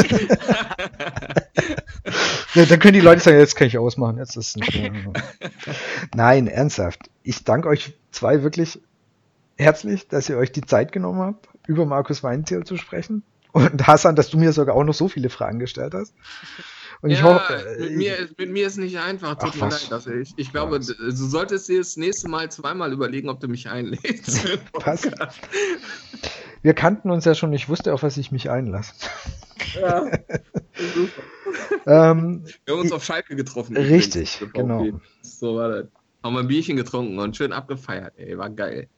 Ja, dann können die Leute sagen, jetzt kann ich ausmachen, jetzt ist es nicht mehr. Nein, ernsthaft. Ich danke euch zwei wirklich herzlich, dass ihr euch die Zeit genommen habt, über Markus Weinzierl zu sprechen. Und Hasan, dass du mir sogar auch noch so viele Fragen gestellt hast. Und ja, ich hoffe, mit, mir, mit mir ist nicht einfach, tut Ach, mir was? leid. Also ich, ich glaube, Was? du solltest dir das nächste Mal zweimal überlegen, ob du mich einlädst. Was? Wir kannten uns ja schon, ich wusste, auf was ich mich einlasse. Ja, super. ähm, Wir haben uns auf Schalke getroffen. Richtig, übrigens, genau. So war das. Haben wir ein Bierchen getrunken und schön abgefeiert, ey, war geil.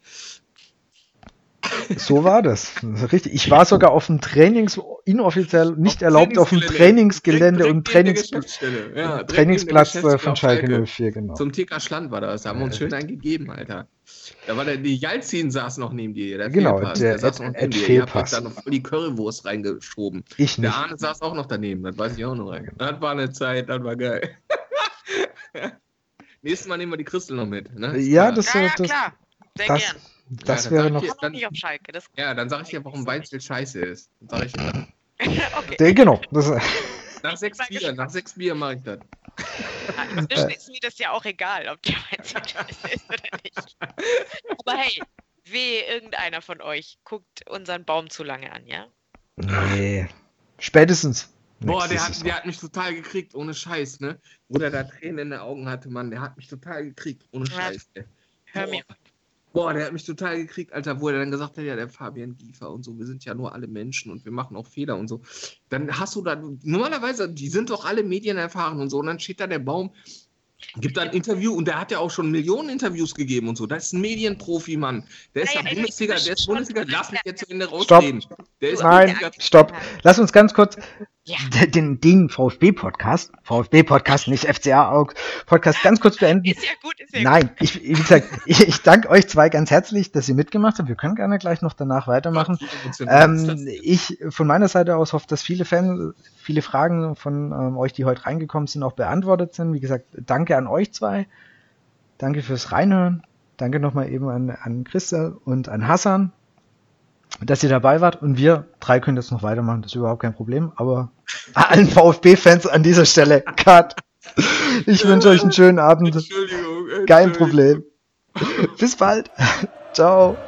So war das. Richtig. Ich war sogar auf dem Trainings, inoffiziell nicht Auf erlaubt, auf dem Trainingsgelände direkt, und direkt neben der Trainings, Geschäftsstelle. Ja, direkt neben der Trainingsplatz äh, Geschäftsstelle von auf Schalke null vier, genau. Zum T K Schland war das. Da haben wir uns Äh, schön einen gegeben, Alter. Da war der, die Jalzin saß noch neben dir. Der Genau, Fehlpass, der saß noch Ed- neben Ed dir. Ihr habt euch Fehlpass. da noch voll die Currywurst reingeschoben. Ich Der nicht. Arne saß auch noch daneben, das weiß ich auch noch. Das war eine Zeit, das war geil. Nächstes Mal nehmen wir die Christel noch mit. Ne? Ist Ja, klar. das, Ja, ja, das, klar. Sehr das, gern. das Ja, dann wäre sag noch. ich Ich war noch nicht auf Schalke. Das Ja, dann sage ich dir, warum Weinzel scheiße ist. Dann sag ich dir das. okay. Der, genau. Das, Nach sechs Sei Bier, gespannt. nach sechs Bier mache ich das. Ja, inzwischen ist mir das ja auch egal, ob der Weinzel scheiße ist oder nicht. Aber hey, weh, irgendeiner von euch guckt unseren Baum zu lange an, ja? nee. Spätestens. Boah, nächste der hat, Saison. der hat mich total gekriegt, ohne Scheiß, ne? Wo der da Tränen in den Augen hatte, Mann, der hat mich total gekriegt, ohne Ja. Scheiß. Ey. Hör Boah. mir. Boah, der hat mich total gekriegt, Alter, wo er dann gesagt hat, ja, der Fabian Giefer und so, wir sind ja nur alle Menschen und wir machen auch Fehler und so. Dann hast du da, normalerweise, die sind doch alle medienerfahren und so, und dann steht da der Baum, gibt da ein Interview und der hat ja auch schon Millionen Interviews gegeben und so. Das ist ein Medienprofi, Mann. Der ist ja, ja Bundesliga, der ist Bundesliga, lass mich jetzt zu Ende rausreden. Der ist Nein, stopp. Lass uns ganz kurz ja. den, den VfB-Podcast, VfB-Podcast, nicht F C A-Podcast, ganz kurz beenden. Ist ja gut, ist ja Nein, gut. Ich, wie gesagt, ich, ich danke euch zwei ganz herzlich, dass ihr mitgemacht habt. Wir können gerne gleich noch danach weitermachen. Ähm, ich von meiner Seite aus hoffe, dass viele Fans, viele Fragen von ähm, euch, die heute reingekommen sind, auch beantwortet sind. Wie gesagt, danke an euch zwei. Danke fürs Reinhören. Danke nochmal eben an, an Christa und an Hassan, dass ihr dabei wart. Und wir drei können jetzt noch weitermachen. Das ist überhaupt kein Problem. Aber allen VfB-Fans an dieser Stelle, Cut. Ich wünsche euch einen schönen Abend. Entschuldigung, Entschuldigung. Kein Problem. Bis bald. Ciao.